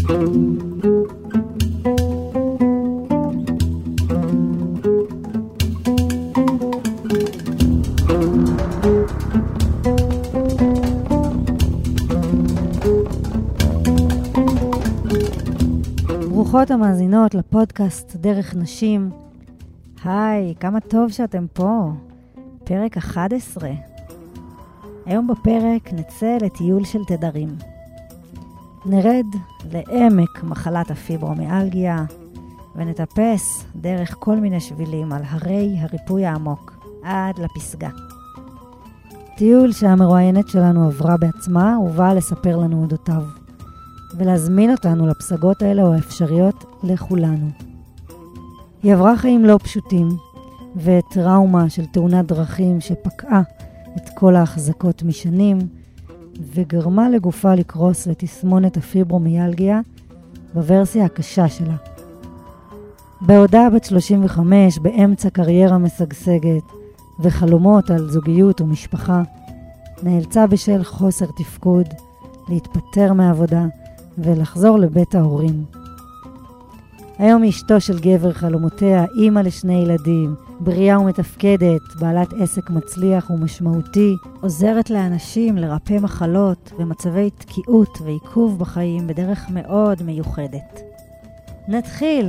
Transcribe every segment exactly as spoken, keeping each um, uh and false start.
ברוכות המאזינות לפודקאסט דרך נשים. היי, כמה טוב שאתם פה. פרק אחת עשרה. היום בפרק נצא לטיול של תדרים. נרד לעמק מחלת הפיברומיאלגיה ונטפס דרך כל מיני שבילים על הרי הריפוי העמוק עד לפסגה. טיול שהמרואיינת שלנו עברה בעצמה ובאה לספר לנו אודותיו. ולהזמין אותנו לפסגות האלה או האפשריות לכולנו. היא עברה חיים לא פשוטים, וטראומה של תאונת דרכים שפקעה את כל ההחזקות משנים, וגרמה לגופה לקרוס לתסמונת הפיברומיאלגיה בוורסיה הקשה שלה. בעודה בת שלושים וחמש, באמצע קריירה משגשגת, וחלומות על זוגיות ומשפחה, נאלצה בשל חוסר תפקוד, להתפטר מעבודה, ולחזור לבית ההורים. היום היא אשתו של גבר חלומותיה, אימא לשני ילדים, בריאה ומתפקדת, בעלת עסק מצליח ומשמעותי, עוזרת לאנשים לרפא מחלות ומצבי תקיעות ועיכוב בחיים בדרך מאוד מיוחדת. נתחיל!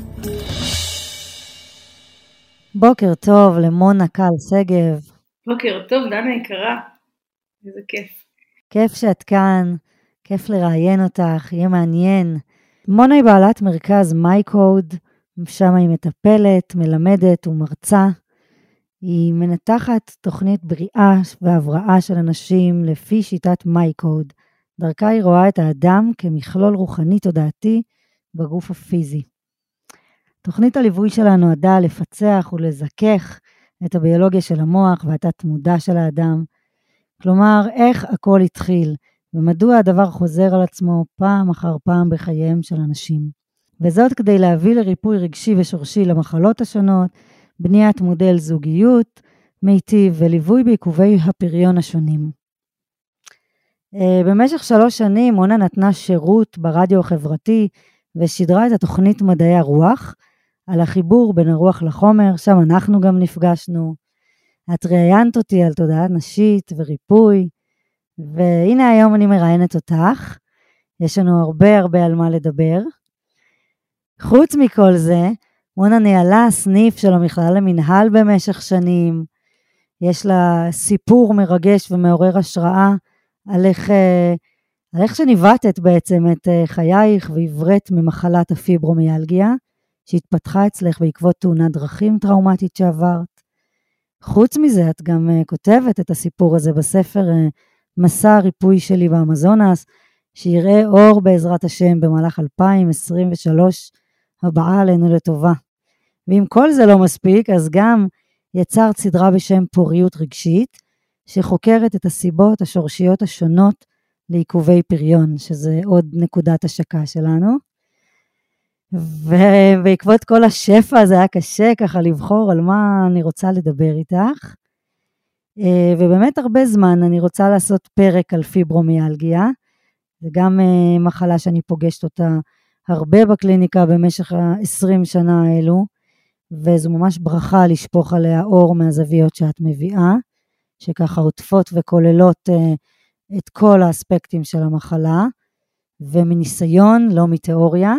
בוקר טוב למונה קל סגב. בוקר טוב, דנה יקרה. איזה כיף. כיף שאת כאן. כיף לראיין אותך, יהיה מעניין. מונה היא בעלת מרכז מייקוד, שם היא מטפלת, מלמדת ומרצה. היא מנתחת תוכנית בריאה והבראה של אנשים לפי שיטת מייקוד. דרכה היא רואה את האדם כמכלול רוחני תודעתי בגוף הפיזי. תוכנית הליווי שלה נועדה לפצח ולזכך את הביולוגיה של המוח והתת מודע של האדם. כלומר, איך הכל התחיל. ומדוע הדבר חוזר על עצמו פעם אחר פעם בחייהם של אנשים. וזאת כדי להביא לריפוי רגשי ושורשי למחלות השונות, בניית מודל זוגיות, מיטיב וליווי בעיכובי הפריון השונים. במשך שלוש שנים מונה נתנה שירות ברדיו החברתי ושידרה את התוכנית מדעי הרוח, על החיבור בין הרוח לחומר, שם אנחנו גם נפגשנו. את ראיינת אותי על תודעת נשית וריפוי, והנה היום אני מראיינת אותך, יש לנו הרבה הרבה על מה לדבר. חוץ מכל זה, מונה ניהלה סניף של המכללה למנהל במשך שנים, יש לה סיפור מרגש ומעורר השראה על איך, על איך שניווטת בעצם את חייך ועברת ממחלת הפיברומיאלגיה, שהתפתחה אצלך בעקבות תאונת דרכים טראומטית שעברת. חוץ מזה, את גם כותבת את הסיפור הזה בספר מסע הריפוי שלי באמזונס, שיראה אור בעזרת השם במהלך אלפיים עשרים ושלוש הבאה עלינו לטובה. ואם כל זה לא מספיק, אז גם יצרת סדרה בשם פוריות רגשית, שחוקרת את הסיבות השורשיות השונות לעיכובי פריון, שזה עוד נקודת השקה שלנו. ובעקבות כל השפע זה היה קשה ככה לבחור על מה אני רוצה לדבר איתך. ובאמת הרבה זמן אני רוצה לעשות פרק על פיברומיאלגיה, זה גם מחלה שאני פוגשת אותה הרבה בקליניקה במשך ה-עשרים שנה האלו, וזו ממש ברכה לשפוך עליה אור מהזוויות שאת מביאה, שככה עוטפות וכוללות את כל האספקטים של המחלה, ומניסיון, לא מתיאוריה.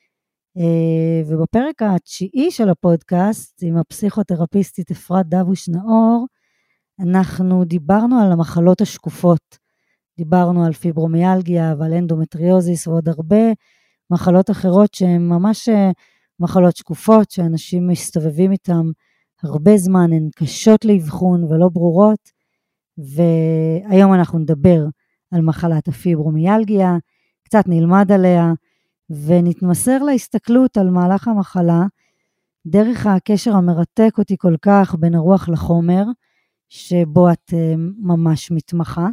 ובפרק התשיעי של הפודקאסט, עם הפסיכותרפיסטית אפרת דבוש נאור, אנחנו דיברנו על המחלות השקופות, דיברנו על פיברומיאלגיה ועל אנדומטריוזיס ועוד הרבה מחלות אחרות שהן ממש מחלות שקופות, שאנשים מסתובבים איתן הרבה זמן, הן קשות לאבחון ולא ברורות, והיום אנחנו נדבר על מחלת הפיברומיאלגיה, קצת נלמד עליה, ונתמסר להסתכלות על מהלך המחלה, דרך הקשר המרתק אותי כל כך בין הרוח לחומר, שבו את ממש מתמחה.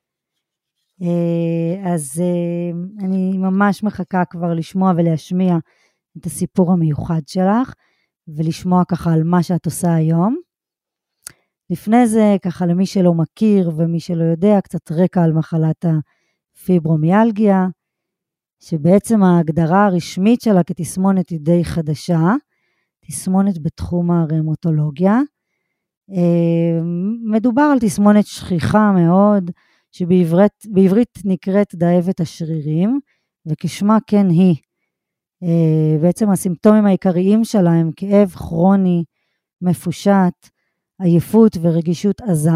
אז אני ממש מחכה כבר לשמוע ולהשמיע את הסיפור המיוחד שלך, ולשמוע ככה על מה שאת עושה היום. לפני זה, ככה למי שלא מכיר ומי שלא יודע, קצת רקע על מחלת הפיברומיאלגיה. שבעצם ההגדרה הרשמית שלה כתסמונת היא די חדשה, תסמונת בתחום הראומטולוגיה. מדובר על תסמונת שכיחה מאוד, שבעברית נקראת דאבת השרירים, וכשמה כן היא. בעצם הסימפטומים העיקריים שלה הם כאב כרוני, מפושט, עייפות ורגישות עזה.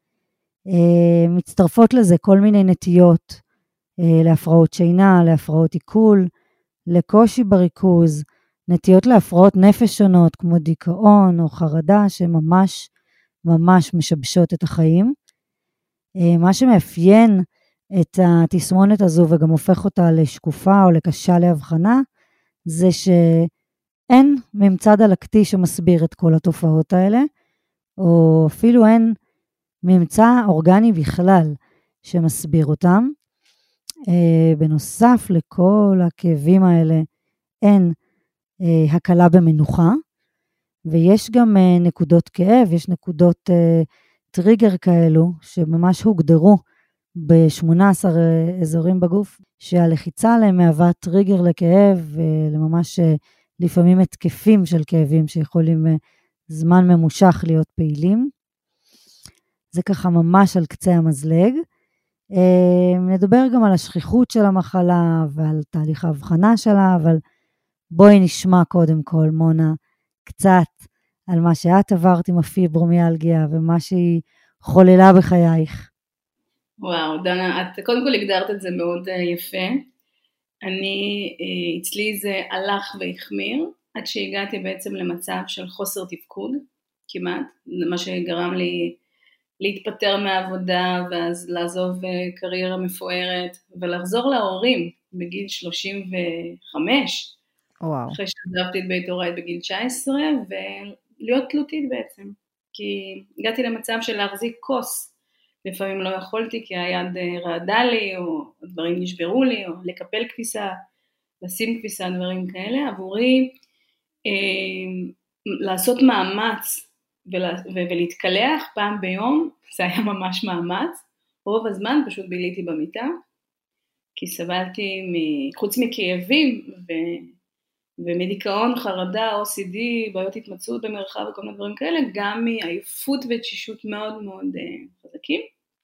מצטרפות לזה כל מיני נטיות, להפרעות שינה, להפרעות עיכול, לקושי בריכוז, נטיות להפרעות נפש שונות כמו דיכאון או חרדה שממש ממש משבשות את החיים. מה שמאפיין את התסמונת הזו וגם הופך אותה לשקופה או לקשה להבחנה, זה שאין ממצא דלקתי שמסביר את כל התופעות האלה, או אפילו אין ממצא אורגני בכלל שמסביר אותם. בנוסף לכל הכאבים האלה, אין הקלה במנוחה, ויש גם נקודות כאב, יש נקודות טריגר כאלו, שממש הוגדרו ב-שמונה עשר אזורים בגוף, שהלחיצה עליהם מהווה טריגר לכאב, ולממש לפעמים התקפים של כאבים, שיכולים זמן ממושך להיות פעילים. זה ככה ממש על קצה המזלג. נדבר גם על השכיחות של המחלה, ועל תהליך ההבחנה שלה, אבל בואי נשמע קודם כל, מונה, קצת על מה שאת עברת עם הפיברומיאלגיה, ומה שהיא חוללה בחייך. וואו, דנה, את קודם כל הגדרת את זה מאוד יפה. אני, אצלי זה הלך והחמיר, עד שהגעתי בעצם למצב של חוסר תפקוד, כמעט, מה שגרם לי להתפטר מהעבודה, ואז לעזוב קריירה מפוארת, ולחזור להורים בגיל שלושים וחמש, וואו. אחרי שעזבתי את בית הוריי בגיל תשע עשרה, ולהיות תלותית בעצם, כי הגעתי למצב של להחזיק כוס, לפעמים לא יכולתי כי היד רעדה לי, או דברים נשברו לי, או לקפל כביסה, לשים כביסה, דברים כאלה. עבורי אה, לעשות מאמץ ולה, ולהתקלח פעם ביום, זה היה ממש מאמץ. רוב הזמן פשוט ביליתי במיטה, כי סבלתי חוץ מכאבים ו, ומדיכאון, חרדה, או סי די, בעיות התמצאות במרחב וכל מיני דברים כאלה, גם מעייפות ותשישות מאוד מאוד uh, חזקים.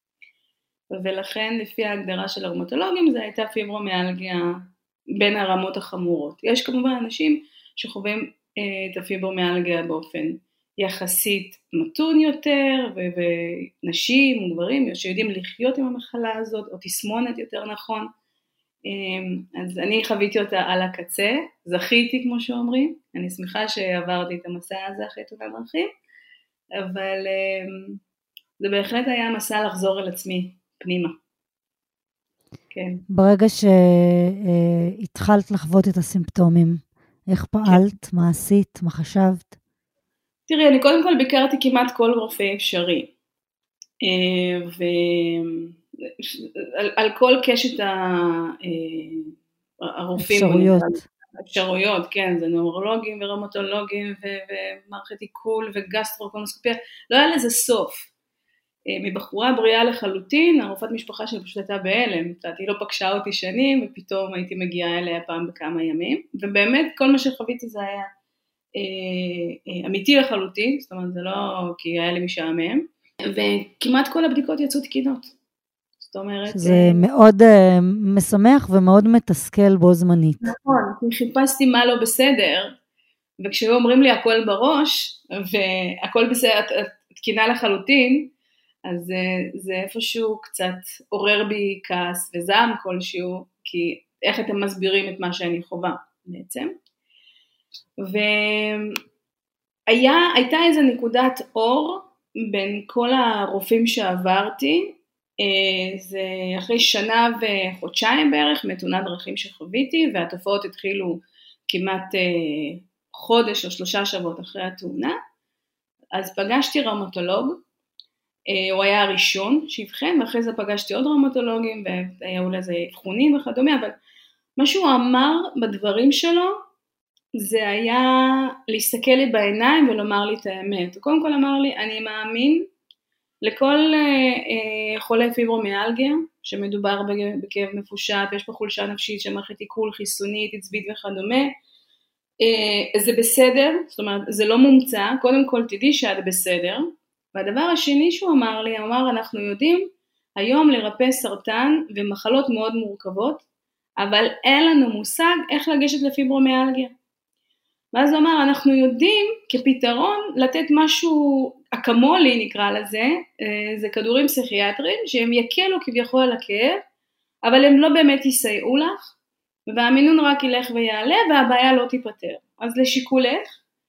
ולכן לפי ההגדרה של הראומטולוגים זה הייתה פיברומיאלגיה בין הרמות החמורות. יש כמובן אנשים שחווים uh, את הפיברומיאלגיה באופן יחסית מתון יותר, ו- ונשים וגברים שיודעים לחיות עם המחלה הזאת, או תסמונת יותר נכון. אז אני חוויתי אותה על הקצה, זכיתי כמו שאומרים, אני שמחה שעברתי את המסע הזה אחרי תאונת דרכים, אבל זה בהחלט היה מסע לחזור אל עצמי פנימה. כן. ברגע שהתחלת לחוות את הסימפטומים, איך פעלת, כן. מה עשית, מה חשבת? תראי, אני קודם כל ביקרתי כמעט כל רופא אפשרי, ו... על, על כל קשת הרופאים. אפשרויות. אפשרויות, כן, זה נוירולוגים וראומטולוגים ומערכת עיכול וגסטרוקולונוסקופיה, לא היה לזה סוף. מבחורה בריאה לחלוטין, הרופאת משפחה שלי פשוט הייתה בהלם, היא לא פגשה אותי שנים, ופתאום הייתי מגיעה אליה פעם בכמה ימים, ובאמת כל מה שחוויתי זה היה אה, אמיתי לחלוטין, זאת אומרת זה לא כי היה לי משעמם, וכמעט כל הבדיקות יצאו תקינות. זאת אומרת... זה מאוד uh, משמח ומאוד מתסכל בו זמנית. נכון, כי חיפשתי מה לא בסדר, וכשהיו אומרים לי הכל בראש, והכל בסדר, תקינה לחלוטין, אז uh, זה איפשהו קצת עורר בי כעס וזעם כלשהו, כי איך אתם מסבירים את מה שאני חובה בעצם. והייתה איזו נקודת אור בין כל הרופאים שעברתי, זה אחרי שנה וחודשיים בערך מתאונת דרכים שחוויתי, והתופעות התחילו כמעט חודש או שלושה שבועות אחרי התאונה. אז פגשתי ראומטולוג, הוא היה הראשון שהבחן, ואחרי זה פגשתי עוד ראומטולוגים, והיו לזה אבחונים וכדומה, אבל מה שהוא אמר בדברים שלו, זה היה להסתכל לי בעיניים ולומר לי את האמת. הוא קודם כל אמר לי, אני מאמין לכל אה, חולה פיברומיאלגיה, שמדובר בכאב מפושט, ויש פה חולשה נפשית שמערכת עיכול, חיסונית, עצבית וכדומה, אה, זה בסדר, זאת אומרת, זה לא מומצא, קודם כל תדעי שאת בסדר, והדבר השני שהוא אמר לי, הוא אמר, אנחנו יודעים היום לרפא סרטן ומחלות מאוד מורכבות, אבל אין לנו מושג איך לגשת לפיברומיאלגיה. ואז הוא אמר, אנחנו יודעים כפתרון לתת משהו אקמולי נקרא לזה, זה כדורים פסיכיאטריים, שהם יקלו כביכול על הכאב, אבל הם לא באמת יסייעו לך, והמינון רק ילך ויעלה, והבעיה לא תיפטר. אז לשיקולך,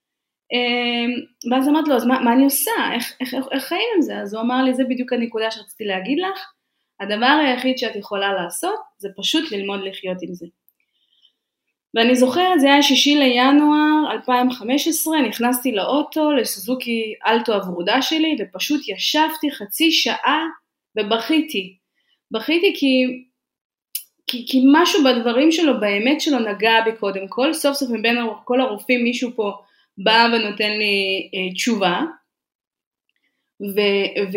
ואז אמרת לו, אז מה, מה אני עושה? איך, איך, איך, איך חיים עם זה? אז הוא אמר לי, זה בדיוק הנקודה שרציתי להגיד לך, הדבר היחיד שאת יכולה לעשות, זה פשוט ללמוד לחיות עם זה. ואני זוכרת, זה היה שישי לינואר אלפיים וחמש עשרה, נכנסתי לאוטו, לסוזוקי אלטו הוורודה שלי, ופשוט ישבתי חצי שעה ובכיתי. בכיתי כי, כי, כי משהו בדברים שלו, באמת שלו נגע בי קודם כל, סוף סוף מבין כל הרופאים מישהו פה בא ונותן לי אה, תשובה, ו, ו,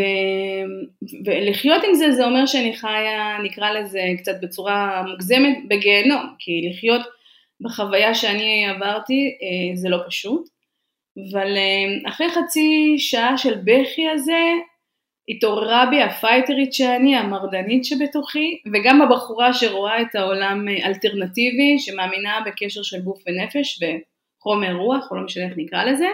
ולחיות עם זה, זה אומר שאני חיה, נקרא לזה קצת בצורה מוגזמת, בגיהנום, כי לחיות בחוויה שאני עברתי, זה לא פשוט, אבל אחרי חצי שעה של בכי הזה, התעוררה בי הפייטרית שאני, המרדנית שבתוכי, וגם הבחורה שרואה את העולם אלטרנטיבי, שמאמינה בקשר של גוף ונפש, וחומר רוח, או לא משנה איך נקרא לזה,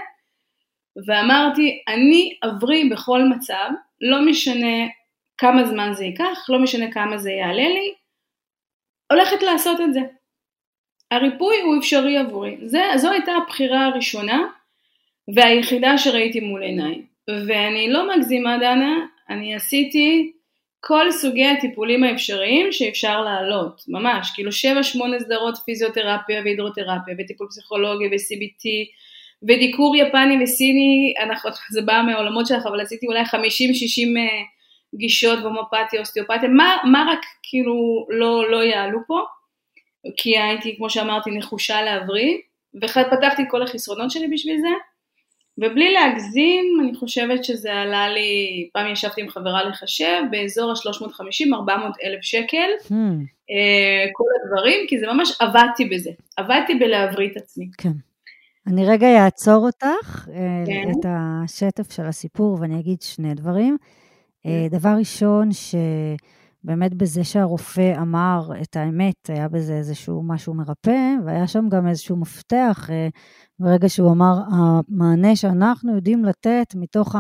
ואמרתי, אני עברי בכל מצב, לא משנה כמה זמן זה ייקח, לא משנה כמה זה יעלה לי, הולכת לעשות את זה. הריפוי הוא אפשרי עבורי. זה, זו הייתה הבחירה הראשונה והיחידה שראיתי מול עיניי. ואני לא מגזימה דנה, אני עשיתי כל סוגי הטיפולים האפשריים שאפשר לעלות. ממש, כאילו שבע שמונה סדרות פיזיותרפיה והידרותרפיה וטיפול פסיכולוגי ו-סי בי טי ודיקור יפני וסיני, אנחנו, זה בא מהעולמות שלך, אבל עשיתי אולי חמישים שישים גישות והומופתיה, אוסטיופתיה, מה, מה רק כאילו לא, לא יעלו פה? כי הייתי, כמו שאמרתי, נחושה להבריא, ואחד פתחתי את כל החסרונות שלי בשביל זה, ובלי להגזים, אני חושבת שזה עלה לי, פעם ישבתי עם חברה לחשב, באזור ה-שלוש מאות וחמישים עד ארבע מאות אלף שקל, hmm. כל הדברים, כי זה ממש עבדתי בזה, עבדתי בלהבריא את עצמי. כן. אני רגע יעצור אותך, כן. את השטף של הסיפור, ואני אגיד שני דברים. כן. דבר ראשון, ש... באמת בזה שהרופא אמר את האמת, היה בזה איזשהו משהו מרפא, והיה שם גם איזשהו מפתח, ברגע שהוא אמר, המענה שאנחנו יודעים לתת, מתוך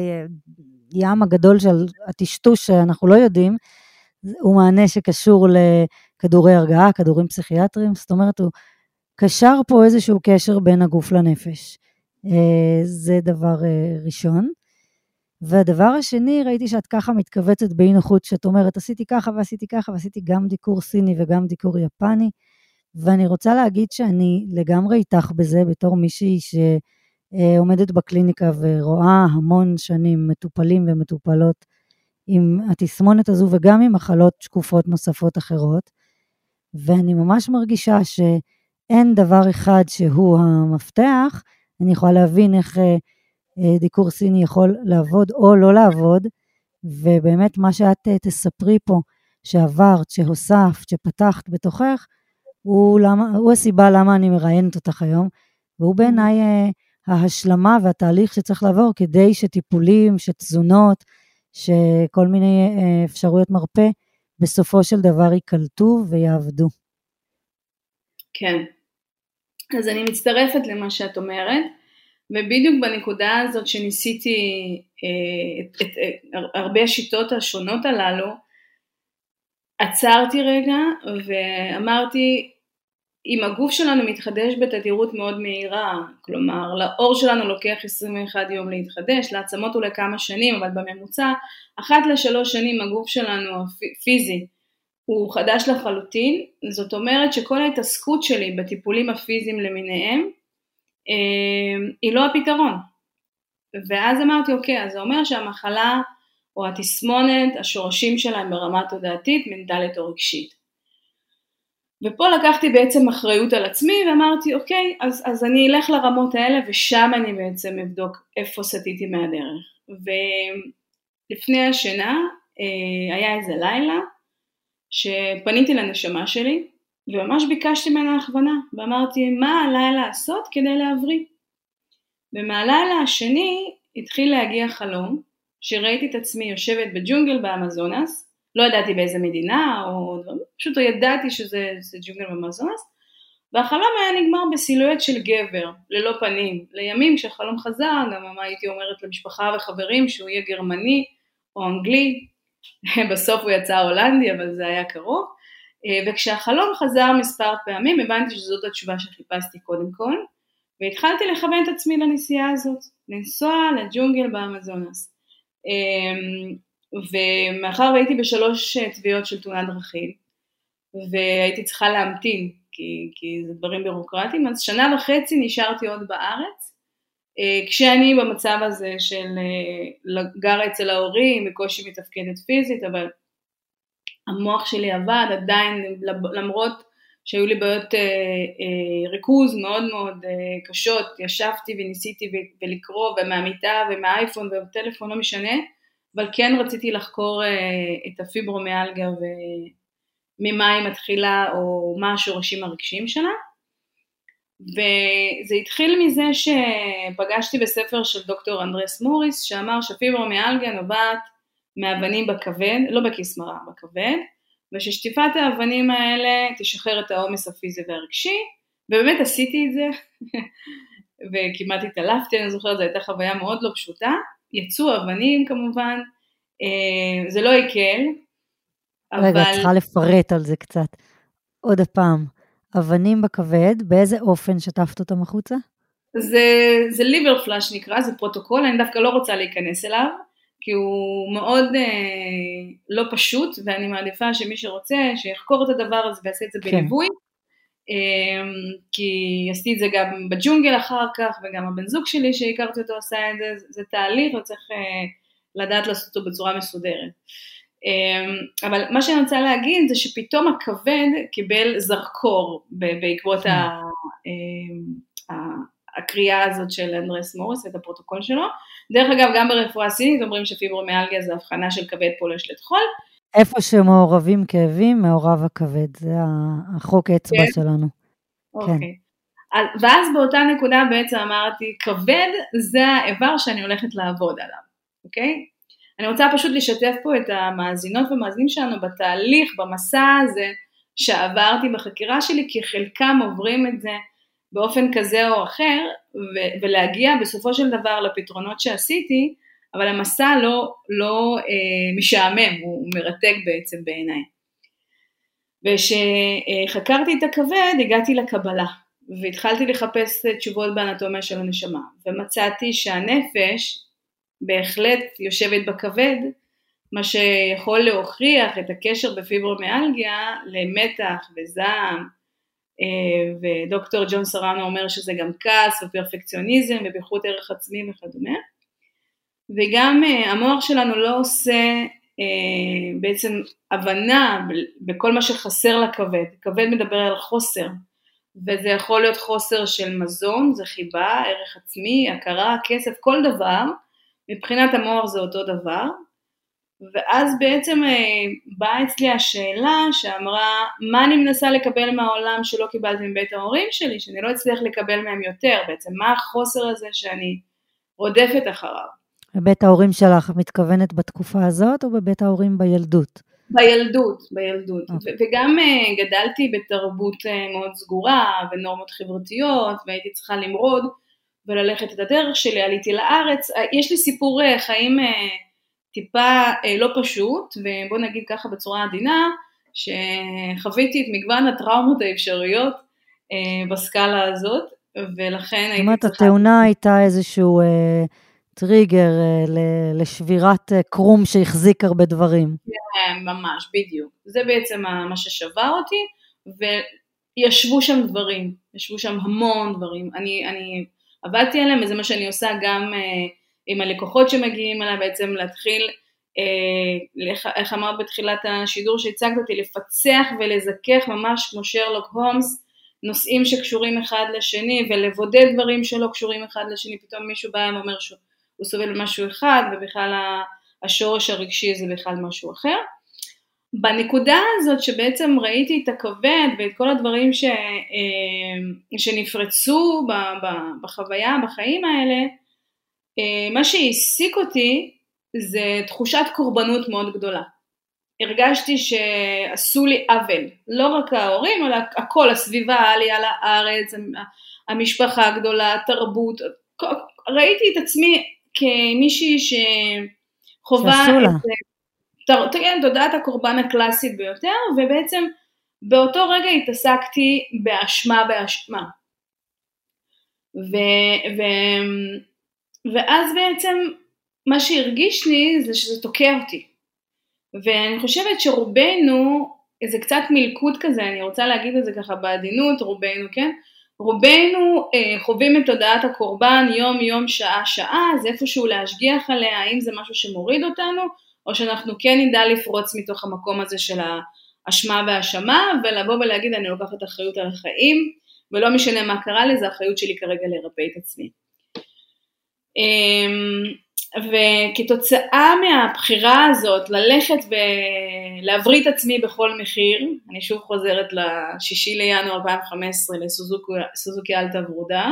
הים הגדול של הטשטוש שאנחנו לא יודעים, הוא מענה שקשור לכדורי הרגעה, כדורים פסיכיאטריים, זאת אומרת, הוא קשר פה איזשהו קשר בין הגוף לנפש. זה דבר ראשון. והדבר השני, ראיתי שאת ככה מתכווצת באי נוחות, שאת אומרת, עשיתי ככה ועשיתי ככה, ועשיתי גם דיקור סיני וגם דיקור יפני, ואני רוצה להגיד שאני לגמרי איתך בזה, בתור מישהי שעומדת בקליניקה ורואה המון שנים מטופלים ומטופלות עם התסמונת הזו, וגם עם מחלות שקופות נוספות אחרות, ואני ממש מרגישה שאין דבר אחד שהוא המפתח, אני יכולה להבין איך דיקור סיני יכול לעבוד או לא לעבוד, ובאמת מה שאת תספרי פה, שעברת, שהוספת, שפתחת בתוכך, הוא, למה, הוא הסיבה למה אני מראיינת אותך היום, והוא בעיניי ההשלמה והתהליך שצריך לעבור, כדי שטיפולים, שתזונות, שכל מיני אפשרויות מרפא, בסופו של דבר יקלטו ויעבדו. כן, אז אני מצטרפת למה שאת אומרת, ובדיוק בנקודה הזאת שניסיתי את, את, את, הרבה השיטות השונות הללו, עצרתי רגע ואמרתי, אם הגוף שלנו מתחדש בתדירות מאוד מהירה, כלומר לאור שלנו לוקח עשרים ואחד יום להתחדש, לעצמות אולי כמה שנים, אבל בממוצע, אחת לשלוש שנים הגוף שלנו הפיזי הוא חדש לחלוטין, זאת אומרת שכל ההתעסקות שלי בטיפולים הפיזיים למיניהם, היא לא הפתרון. ואז אמרתי, אוקיי, אז זה אומר שהמחלה או התסמונת, השורשים שלהם ברמה תודעתית, מנטלית או רגשית. ופה לקחתי בעצם אחריות על עצמי, ואמרתי, אוקיי, אז, אז אני אלך לרמות האלה, ושם אני בעצם אבדוק איפה סטיתי מהדרך. לפני השינה היה איזה לילה שפניתי לנשמה שלי, וממש ביקשתי ממנה הכוונה, ואמרתי מה עליי לעשות כדי להבריא. ומהלילה השני התחיל להגיע חלום, שראיתי את עצמי יושבת בג'ונגל באמזונס, לא ידעתי באיזה מדינה, או פשוט לא ידעתי שזה ג'ונגל באמזונס, והחלום היה נגמר בסילואט של גבר, ללא פנים. לימים כשהחלום חזר, גם מה הייתי אומרת למשפחה וחברים שהוא יהיה גרמני או אנגלי, בסוף הוא יצא הולנדי, אבל זה היה קרוב, וכשהחלום חזר מספר פעמים, הבנתי שזאת התשובה שחיפשתי קודם כל, והתחלתי לכוון את עצמי לנסיעה הזאת, לנסוע לג'ונגל באמזונס. ומאחר והייתי בשלוש תביעות של תאונת דרכים, והייתי צריכה להמתין, כי, כי זה דברים בירוקרטיים, אז שנה וחצי נשארתי עוד בארץ, כשאני במצב הזה של גרה אצל ההורים, בקושי מתפקדת פיזית, אבל המוח שלי עבד עדיין, למרות שהיו לי בעיות ריכוז מאוד מאוד קשות, ישבתי וניסיתי ולקרוא, ומהמיטה ומהאייפון ובטלפון, לא משנה, אבל כן רציתי לחקור את הפיברומיאלגיה וממה היא מתחילה, או מה השורשים הרגשיים שלה, וזה התחיל מזה שפגשתי בספר של דוקטור אנדרס מוריס, שאמר שפיברומיאלגיה נובעת מאבנים בכבד, לא בכיס מרה, בכבד, וששטיפת האבנים האלה תשחרר את העומס הפיזי והרגשי, ובאמת עשיתי את זה, וכמעט התעלפתי, אני זוכרת, זו הייתה חוויה מאוד לא פשוטה, יצאו אבנים כמובן, זה לא יקל, אבל... רגע, צריכה לפרט על זה קצת. עוד הפעם, אבנים בכבד, באיזה אופן שטפת אותם החוצה? זה, זה ליבר פלאש נקרא, זה פרוטוקול, אני דווקא לא רוצה להיכנס אליו, כי הוא מאוד אה, לא פשוט, ואני מעדיפה שמי שרוצה, שיחקור את הדבר הזה ויעשה את זה כן. בליווי, אה, כי עשיתי את זה גם בג'ונגל אחר כך, וגם הבן זוג שלי שהכרתי אותו עשה את זה, זה תהליך, וצריך אה, לדעת לעשות אותו בצורה מסודרת. אה, אבל מה שאני רוצה להגיד, זה שפתאום הכבד קיבל זרקור, בעקבות ה... אה, הקריאה הזאת של אנדרס מוריס, את הפרוטוקול שלו. דרך אגב, גם ברפואה סינית אומרים שפיברומיאלגיה זה הבחנה של כבד פולש לטחול. איפה שמעורבים כאבים, מעורב הכבד. זה החוק האצבע כן. שלנו. אוקיי. כן. ואז באותה נקודה בעצם אמרתי, כבד זה האיבר שאני הולכת לעבוד עליו. אוקיי? אני רוצה פשוט לשתף פה את המאזינות ומאזינים שלנו בתהליך, במסע הזה שעברתי בחקירה שלי, כי חלקם עוברים את זה, באופן כזה או אחר, ו- ולהגיע בסופו של דבר לפתרונות שעשיתי, אבל המסע לא, לא אה, משעמם, הוא, הוא מרתק בעצם בעיניי. ושחקרתי את הכבד, הגעתי לקבלה, והתחלתי לחפש תשובות באנטומיה של הנשמה, ומצאתי שהנפש בהחלט יושבת בכבד, מה שיכול להוכיח את הקשר בפיברומיאלגיה למתח וזעם, ודוקטור ג'ון סרנו אומר שזה גם כעס ופרפקציוניזם ובייחוד ערך עצמי וכדומה, וגם המוח שלנו לא עושה בעצם הבנה בכל מה שחסר לכבד, כבד מדבר על חוסר, וזה יכול להיות חוסר של מזון, זה חיבה, ערך עצמי, הכרה, כסף, כל דבר, מבחינת המוח זה אותו דבר, ואז בעצם באה אצלי השאלה שאמרה, מה אני מנסה לקבל מהעולם שלא קיבלתי מבית ההורים שלי, שאני לא אצליח לקבל מהם יותר, בעצם מה החוסר הזה שאני רודפת אחריו. בבית ההורים שלך מתכוונת בתקופה הזאת, או בבית ההורים בילדות? בילדות, בילדות. Okay. וגם גדלתי בתרבות מאוד סגורה, ונורמות חברתיות, והייתי צריכה למרוד, וללכת את הדרך שלי, עליתי לארץ, יש לי סיפור חיים טיפה לא פשוט, ובוא נגיד ככה בצורה עדינה, שחוויתי את מגוון הטראומות האפשריות בסקאלה הזאת, ולכן הייתי צריכה... זאת אומרת, התאונה הייתה איזשהו טריגר לשבירת קרום שהחזיק הרבה דברים. כן, ממש, בדיוק. זה בעצם מה ששבר אותי, וישבו שם דברים, ישבו שם המון דברים. אני, אני עבדתי עליהם, וזה מה שאני עושה גם עם הלקוחות שמגיעים אליי, בעצם להתחיל, איך אמרת בתחילת השידור שהצגת אותי, לפצח ולזכך ממש כמו שרלוק הומס, נושאים שקשורים אחד לשני, ולבודד דברים שלא קשורים אחד לשני, פתאום מישהו בא ואומר שהוא סובל משהו אחד, ובכלל השורש הרגשי זה בכלל משהו אחר. בנקודה הזאת שבעצם ראיתי את הכבד ואת כל הדברים ש, שנפרצו בחוויה, בחיים האלה, מה שהעסיק אותי זה תחושת קורבנות מאוד גדולה. הרגשתי שעשו לי עוול, לא רק ההורים, אלא הכל, הסביבה, העלייה לארץ, המשפחה הגדולה, התרבות, ראיתי את עצמי כמישהי שחובה את תודעת הקורבן הקלאסית ביותר, ובעצם באותו רגע התעסקתי באשמה באשמה. ו, ו, ואז בעצם מה שהרגיש לי זה שזה תוקע אותי. ואני חושבת שרובנו, זה קצת מלכוד כזה, אני רוצה להגיד את זה ככה בעדינות, רובנו, כן? רובנו אה, חווים את תודעת הקורבן יום יום, שעה שעה, זה איפשהו להשגיח עליה, האם זה משהו שמוריד אותנו, או שאנחנו כן נדע לפרוץ מתוך המקום הזה של האשמה והאשמה, ולבוא ולהגיד אני לוקחת אחריות על החיים, ולא משנה מה קרה לי, זה האחריות שלי כרגע לרפא את עצמי. וכתוצאה מהבחירה הזאת, ללכת ולהבריא את עצמי בכל מחיר, אני שוב חוזרת לשישי לינואר אלפיים וחמש עשרה לסוזוקי אלטה ורודה,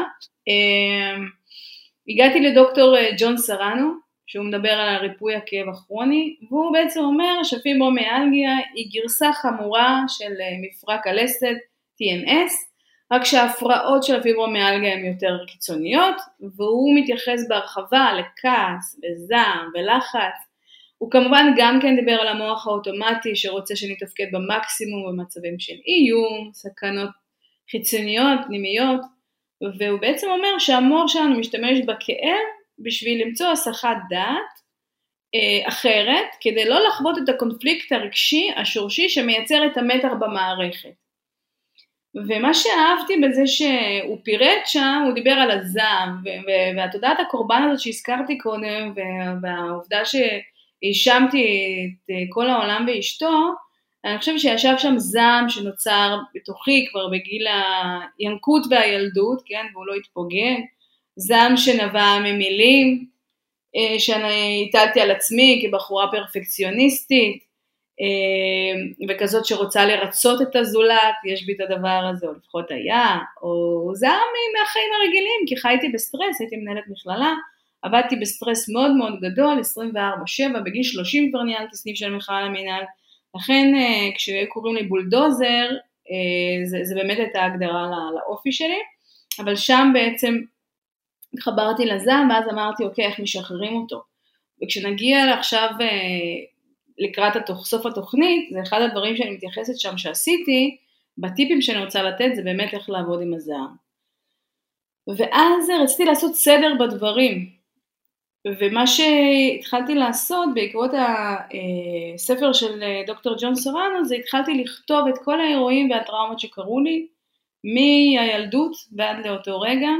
הגעתי לדוקטור ג'ון סרנו, שהוא מדבר על הריפוי הכאב הכרוני, והוא בעצם אומר שפיברומיאלגיה היא גרסה חמורה של מפרק הלסת, טי אן אס, רק שההפרעות של הפיברומיאלגיה הן יותר קיצוניות, והוא מתייחס בהרחבה לכעס, וזעם, ולחץ. הוא כמובן גם כן דיבר על המוח האוטומטי, שרוצה שנתפקד במקסימום במצבים של איום, סכנות חיצוניות, פנימיות, והוא בעצם אומר שהמוח שלנו משתמש בכאב, בשביל למצוא הסחת דעת אה, אחרת, כדי לא לחוות את הקונפליקט הרגשי, השורשי, שמייצר את המתח במערכת. ומה שאהבתי בזה שהוא פירט שם, הוא דיבר על הזעם, והתודעת הקורבן הזאת שהזכרתי קודם, והעובדה שהאשמתי את כל העולם ואשתו, אני חושבת שישב שם זעם שנוצר בתוכי כבר בגיל הינקות והילדות, כן, והוא לא התפוגג, זעם שנבע ממילים, שאני הטלתי על עצמי כבחורה פרפקציוניסטית, וכזאת שרוצה לרצות את הזולת, יש בי את הדבר הזה, או לפחות היה, או זעם מהחיים הרגילים, כי חייתי בסטרס, הייתי מנהלת מכללה, עבדתי בסטרס מאוד מאוד גדול, עשרים וארבע שבע, בגיל שלושים כבר ניהלתי סניף של מכלל המנהל, לכן כשקוראים לי בולדוזר, זה, זה באמת הייתה הגדרה לאופי שלי, אבל שם בעצם התחברתי לזעם, ואז אמרתי, אוקיי, איך משחררים אותו? וכשנגיע עכשיו לקראת התוך, סוף התוכנית, זה אחד הדברים שאני מתייחסת שם שעשיתי, בטיפים שאני רוצה לתת, זה באמת איך לעבוד עם הזעם. ואז רציתי לעשות סדר בדברים, ומה שהתחלתי לעשות בעקבות הספר של דוקטור ג'ון סרנו, זה התחלתי לכתוב את כל האירועים והטראומות שקרו לי, מהילדות ועד לאותו רגע,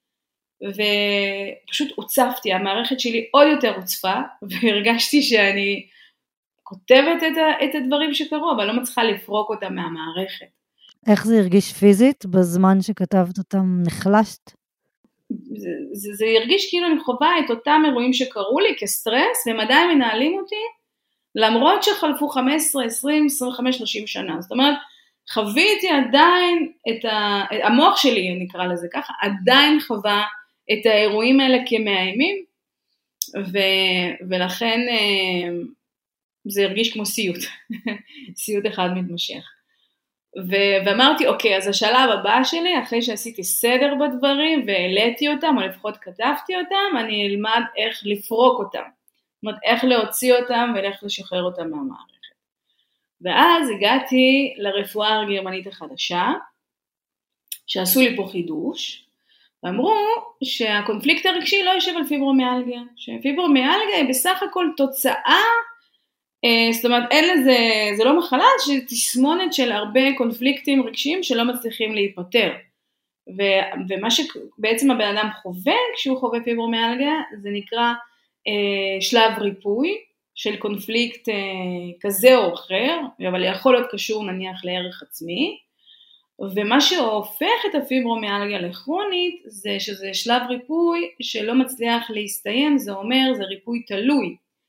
ופשוט הוצפתי, המערכת שלי עוד יותר הוצפה, והרגשתי שאני כותבת את, ה, את הדברים שקרו, אבל לא מצליחה לפרוק אותם מהמערכת. איך זה הרגיש פיזית בזמן שכתבת אותם? נחלשת? זה, זה, זה הרגיש כאילו אני חווה את אותם אירועים שקרו לי כסטרס, והם עדיין מנהלים אותי, למרות שחלפו חמש עשרה, עשרים, עשרים וחמש, שלושים שנה. זאת אומרת, חוויתי עדיין את ה... המוח שלי, נקרא לזה ככה, עדיין חווה את האירועים האלה כמאיימים, ו... ולכן זה הרגיש כמו סיוט, סיוט אחד מתמשך. ו... ואמרתי, אוקיי, אז השלב הבא שלי, אחרי שעשיתי סדר בדברים, והעליתי אותם, או לפחות כתבתי אותם, אני אלמד איך לפרוק אותם. זאת אומרת, איך להוציא אותם, ואיך לשחרר אותם מהמערכת. ואז הגעתי לרפואה הגרמנית החדשה, שעשו לי פה חידוש, ואמרו שהקונפליקט הרגשי לא יושב על פיברומיאלגיה, שפיברומיאלגיה היא בסך הכל תוצאה, זאת אומרת, אין לזה, זה לא מחלה, זה תסמונת של הרבה קונפליקטים רגשיים שלא מצליחים להיפטר. ו- ומה שבעצם הבן אדם חווה כשהוא חווה פיברומיאלגיה, זה נקרא אה, שלב ריפוי, של קונפליקט אה, כזה או אחר, אבל יכול להיות קשור נניח לערך עצמי, ומה שהופך את הפיברומיאלגיה לכרונית, זה שזה שלב ריפוי שלא מצליח להסתיים, זה אומר, זה ריפוי תלוי.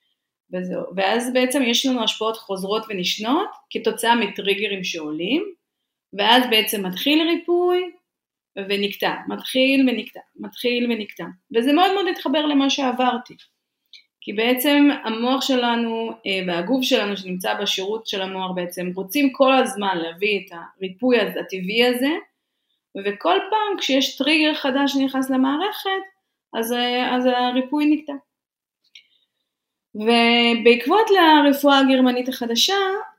וזהו. ואז בעצם יש לנו השפעות חוזרות ונשנות, כתוצאה מטריגרים שעולים, ואז בעצם מתחיל ריפוי, ונקטע, מתחיל ונקטע, מתחיל ונקטע, וזה מאוד מאוד התחבר למה שעברתי, כי בעצם המוח שלנו והגוף שלנו שנמצא בשירות של המוח בעצם רוצים כל הזמן להביא את הריפוי הטבעי הזה, וכל פעם כשיש טריגר חדש שנכנס למערכת, אז, אז הריפוי נקטע. ובעקבות לרפואה הגרמנית החדשה,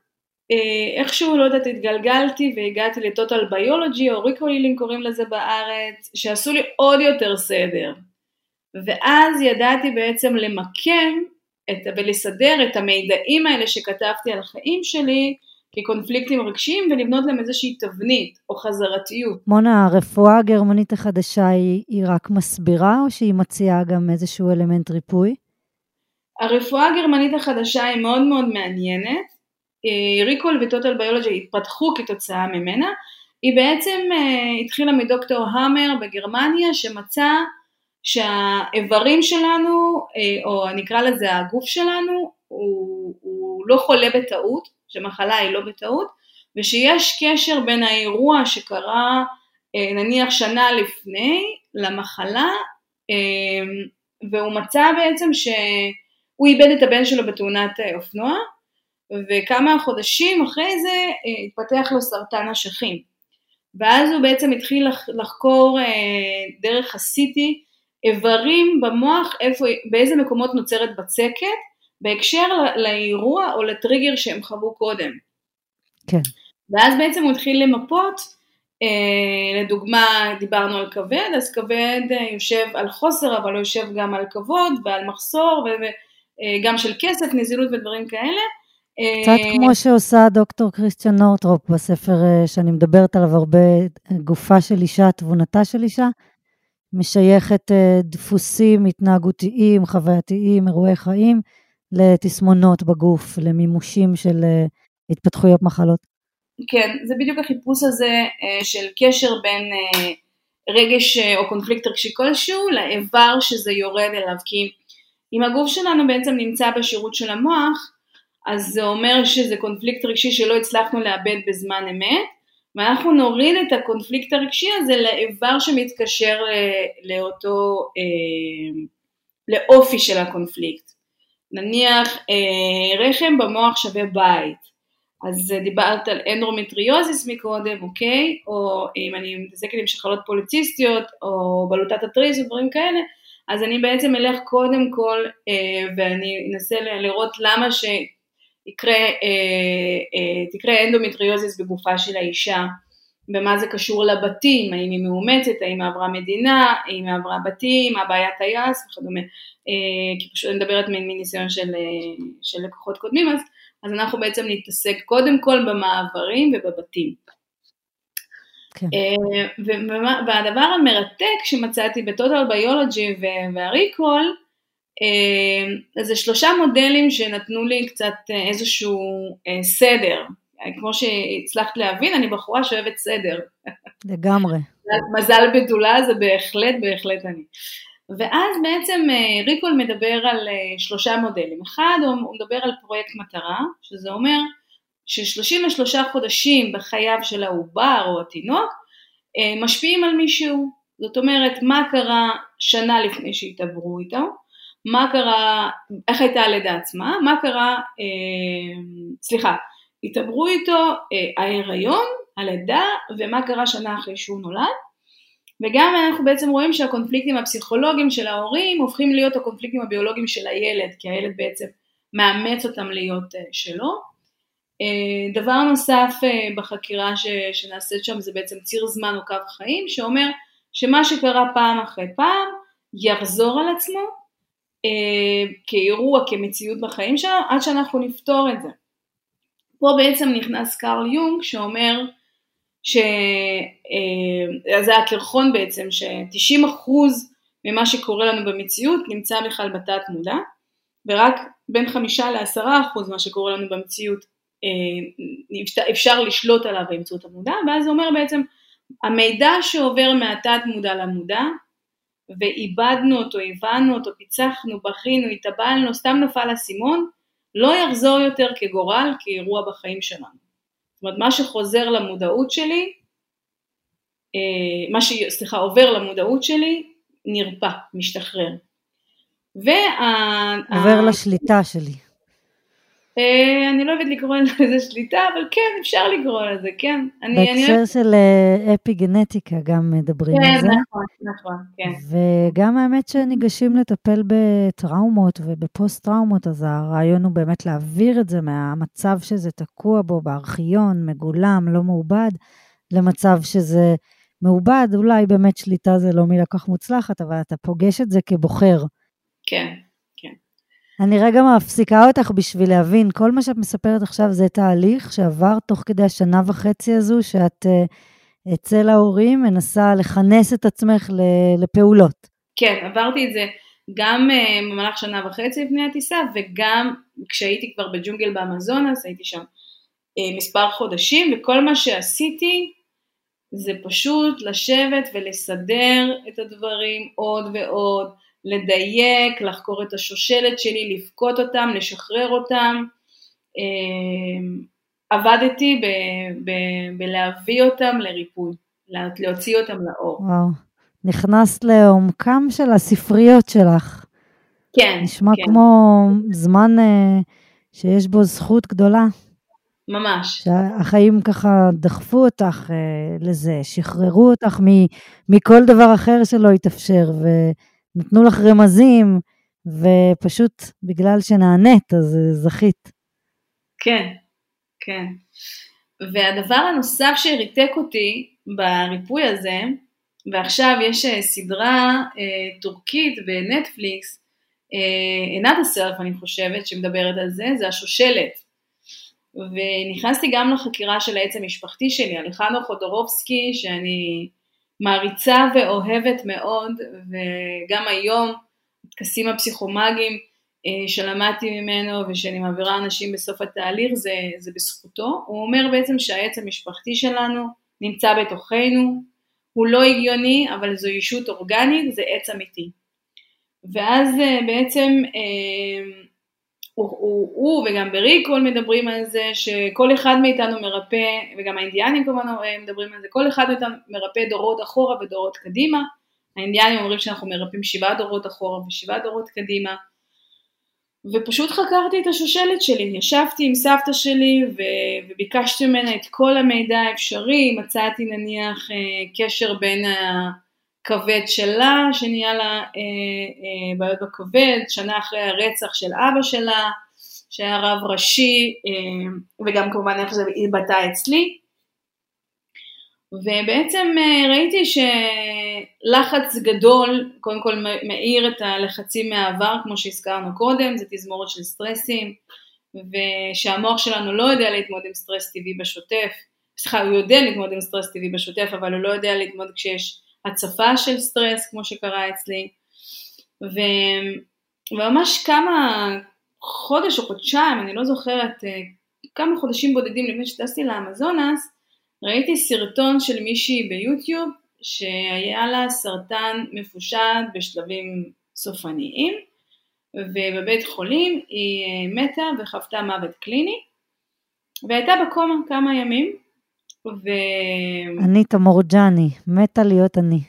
איכשהו לא יודעת, התגלגלתי והגעתי לטוטל ביולוגי, או ריקולילינג קוראים לזה בארץ, שעשו לי עוד יותר סדר. ואז ידעתי בעצם למקם את, ולסדר את המידעים האלה שכתבתי על החיים שלי, כקונפליקטים רגשיים, ולבנות להם איזושהי תבנית או חזרתיות. מונה, הרפואה הגרמנית החדשה היא, היא רק מסבירה, או שהיא מציעה גם איזשהו אלמנט ריפוי? הרפואה הגרמנית החדשה היא מאוד מאוד מעניינת, ריקול וטוטל ביולוגי התפתחו כתוצאה ממנה, היא בעצם התחילה מדוקטור המר בגרמניה, שמצא שהאיברים שלנו, או נקרא לזה הגוף שלנו, הוא, הוא לא חולה בטעות, שמחלה היא לא בטעות, ושיש קשר בין האירוע שקרה נניח שנה לפני למחלה, והוא מצא בעצם שהוא איבד את הבן שלו בתאונת אופנוע, וכמה חודשים אחרי זה התפתח לו סרטן אשכים. ואז הוא בעצם התחיל לחקור דרך הסיטי איברים במוח, איפה, באיזה מקומות נוצרת בצקת, בהקשר לאירוע או לטריגר שהם חוו קודם. כן. ואז בעצם הוא התחיל למפות, לדוגמה דיברנו על כבד, אז כבד יושב על חוסר, אבל הוא יושב גם על כבוד ועל מחסור, וגם של כסף, נזילות ודברים כאלה, קצת כמו שעושה דוקטור קריסטיאן נורטרופ בספר שאני מדברת עליו הרבה, גופה של אישה, תבונתה של אישה, משייכת דפוסים התנהגותיים, חווייתיים, אירועי חיים, לתסמונות בגוף, למימושים של התפתחויות מחלות. כן, זה בדיוק החיפוש הזה של קשר בין רגש או קונפליקט רגשי כלשהו, לאיבר שזה יורד אליו, כי אם הגוף שלנו בעצם נמצא בשירות של המוח, אז זה אומר שזה קונפליקט רגשי שלא הצלחנו לאבד בזמן אמת, ואנחנו נוריד את הקונפליקט הרגשי הזה לאיבר שמתקשר לאותו, לאופי של הקונפליקט. נניח רחם במוח שווה בית, אז דיברת על אנדומטריוזיס מקודם, אוקיי? או אם אני מתעסקת עם שחלות פוליציסטיות, או בלוטת התריס ודברים כאלה, אז אני בעצם אלך קודם כל, ואני אנסה לראות למה ש... יקרה, אה, אה, תקרה אנדומטריוזיס בגופה של האישה, ומה זה קשור לבתים, האם היא מאומצת, האם היא עברה מדינה, האם היא עברה בתים, מה בעיית טייס וכדומה, אה, כי פשוט אני מדברת מניסיון של, של לקוחות קודמים, אז, אז אנחנו בעצם נתעסק קודם כל במעברים ובבתים. כן. אה, והדבר המרתק שמצאתי בטוטל ביולוגי והריקול, אז זה שלושה מודלים שנתנו לי קצת איזשהו סדר, כמו שהצלחת להבין, אני בחורה שאוהבת סדר. לגמרי. מזל בדולה זה בהחלט, בהחלט אני. ואז בעצם ריקול מדבר על שלושה מודלים. אחד, הוא מדבר על פרויקט מטרה, שזה אומר ש-שלושים ושלושה חודשים בחייו של העובר או התינוק, משפיעים על מישהו. זאת אומרת, מה קרה שנה לפני שהתעברו איתו, מה קרה, איך הייתה הלידה עצמה, מה קרה, אה, סליחה, התעברו איתו אה, ההיריון, הלידה, ומה קרה שנה אחרי שהוא נולד, וגם אנחנו בעצם רואים שהקונפליקטים הפסיכולוגיים של ההורים, הופכים להיות הקונפליקטים הביולוגיים של הילד, כי הילד בעצם מאמץ אותם להיות אה, שלו. אה, דבר נוסף אה, בחקירה ש, שנעשית שם, זה בעצם ציר זמן או קו חיים, שאומר שמה שקרה פעם אחרי פעם, יחזור על עצמו, כאירוע, כמציאות בחיים שלנו, עד שאנחנו נפתור את זה. פה בעצם נכנס קארל יונג, שאומר, שזה הקרחון בעצם, ש-תשעים אחוז ממה שקורה לנו במציאות, נמצא בכלל בתת מודע, ורק בין חמישה לעשרה אחוז מה שקורה לנו במציאות, אפשר לשלוט עליו באמצעות המודע, ואז זה אומר בעצם, המידע שעובר מהתת מודע למודע, ואיבדנו אותו, הבנו אותו, פיצחנו, בכינו, התאבלנו, סתם נפל הסימון, לא יחזור יותר כגורל, כאירוע בחיים שלנו. זאת אומרת, מה שחוזר למודעות שלי, מה ש... סליחה, עובר למודעות שלי, נרפא, משתחרר. וה... עובר לשליטה שלי. אני לא אוהבת לקרוא לזה שליטה, אבל כן, אפשר לקרוא לזה, כן. בהקשר אני... של אפיגנטיקה גם מדברים כן, על זה. נכון, נכון, כן. וגם האמת שניגשים לטפל בטראומות ובפוסט-טראומות, אז הרעיון הוא באמת להעביר את זה מהמצב שזה תקוע בו, בארכיון, מגולם, לא מעובד, למצב שזה מעובד, אולי באמת שליטה זה לא מילה כך מוצלחת, אבל אתה פוגש את זה כבוחר. כן. אני רגע מפסיקה אותך בשביל להבין, כל מה שאת מספרת עכשיו זה תהליך שעבר תוך כדי השנה וחצי הזו, שאת uh, אצל ההורים מנסה לכנס את עצמך לפעולות. כן, עברתי את זה גם uh, במהלך שנה וחצי לפני הטיסה, וגם כשהייתי כבר בג'ונגל באמזונס, הייתי שם uh, מספר חודשים, וכל מה שעשיתי זה פשוט לשבת ולסדר את הדברים עוד ועוד, לדייק, לחקור את השושלת שלי, לפקות אותם, לשחרר אותם. עבדתי ב- ב- בלהביא אותם לריפוי, להוציא אותם לאור. וואו, נכנסת לעומקם של הספריות שלך. כן. נשמע כן. כמו זמן שיש בו זכות גדולה. ממש. שהחיים ככה דחפו אותך לזה, שחררו אותך מכל דבר אחר שלא יתאפשר, ו... נתנו לך רמזים, ופשוט בגלל שנענית, אז זכית. כן, כן. והדבר הנוסף שהריתק אותי בריפוי הזה, ועכשיו יש סדרה אה, טורקית בנטפליקס, אה, Another Self אני חושבת, שמדברת על זה, זה השושלת. ונכנסתי גם לחקירה של העץ המשפחתי שלי, אלחנדרו חודורובסקי, שאני... מעריצה ואוהבת מאוד, וגם היום, טקסים הפסיכומגיים שלמדתי ממנו, ושאני מעבירה אנשים בסוף התהליך, זה, זה בזכותו. הוא אומר בעצם שהעץ המשפחתי שלנו נמצא בתוכנו, הוא לא הגיוני, אבל זו ישות אורגנית, זה עץ אמיתי. ואז בעצם, הוא, הוא, הוא וגם בריקול מדברים על זה, שכל אחד מאיתנו מרפא, וגם האינדיאנים כמובן מדברים על זה, כל אחד מאיתנו מרפא דורות אחורה ודורות קדימה. האינדיאנים אומרים שאנחנו מרפאים שבעה דורות אחורה ושבעה דורות קדימה. ופשוט חקרתי את השושלת שלי, ישבתי עם סבתא שלי וביקשתי ממנה את כל המידע האפשרי, מצאתי נניח קשר בין הכבד שלה, שנהיה לה בעיות בכבד, שנה אחרי הרצח של אבא שלה, שהיה רב ראשי, וגם כמובן איך זה התבטא אצלי. ובעצם ראיתי שלחץ גדול, קודם כל מאיר את הלחצים מהעבר, כמו שהזכרנו קודם, זה תזמורת של סטרסים, ושהמוח שלנו לא יודע להתמודד עם סטרס טבעי בשוטף, סליחה, הוא יודע להתמודד עם סטרס טבעי בשוטף, אבל הוא לא יודע להתמודד כשיש הצפה של סטרס, כמו שקרה אצלי, ו... וממש כמה חודש או חודשיים, אני לא זוכרת, כמה חודשים בודדים לפני שטסתי לאמזונס, ראיתי סרטון של מישהי ביוטיוב, שהיה לה סרטן מפושט בשלבים סופניים, ובבית חולים היא מתה וחוותה מוות קליני, והייתה בקומה כמה ימים, ו... אניטה מורג'ני, מתה להיות אני.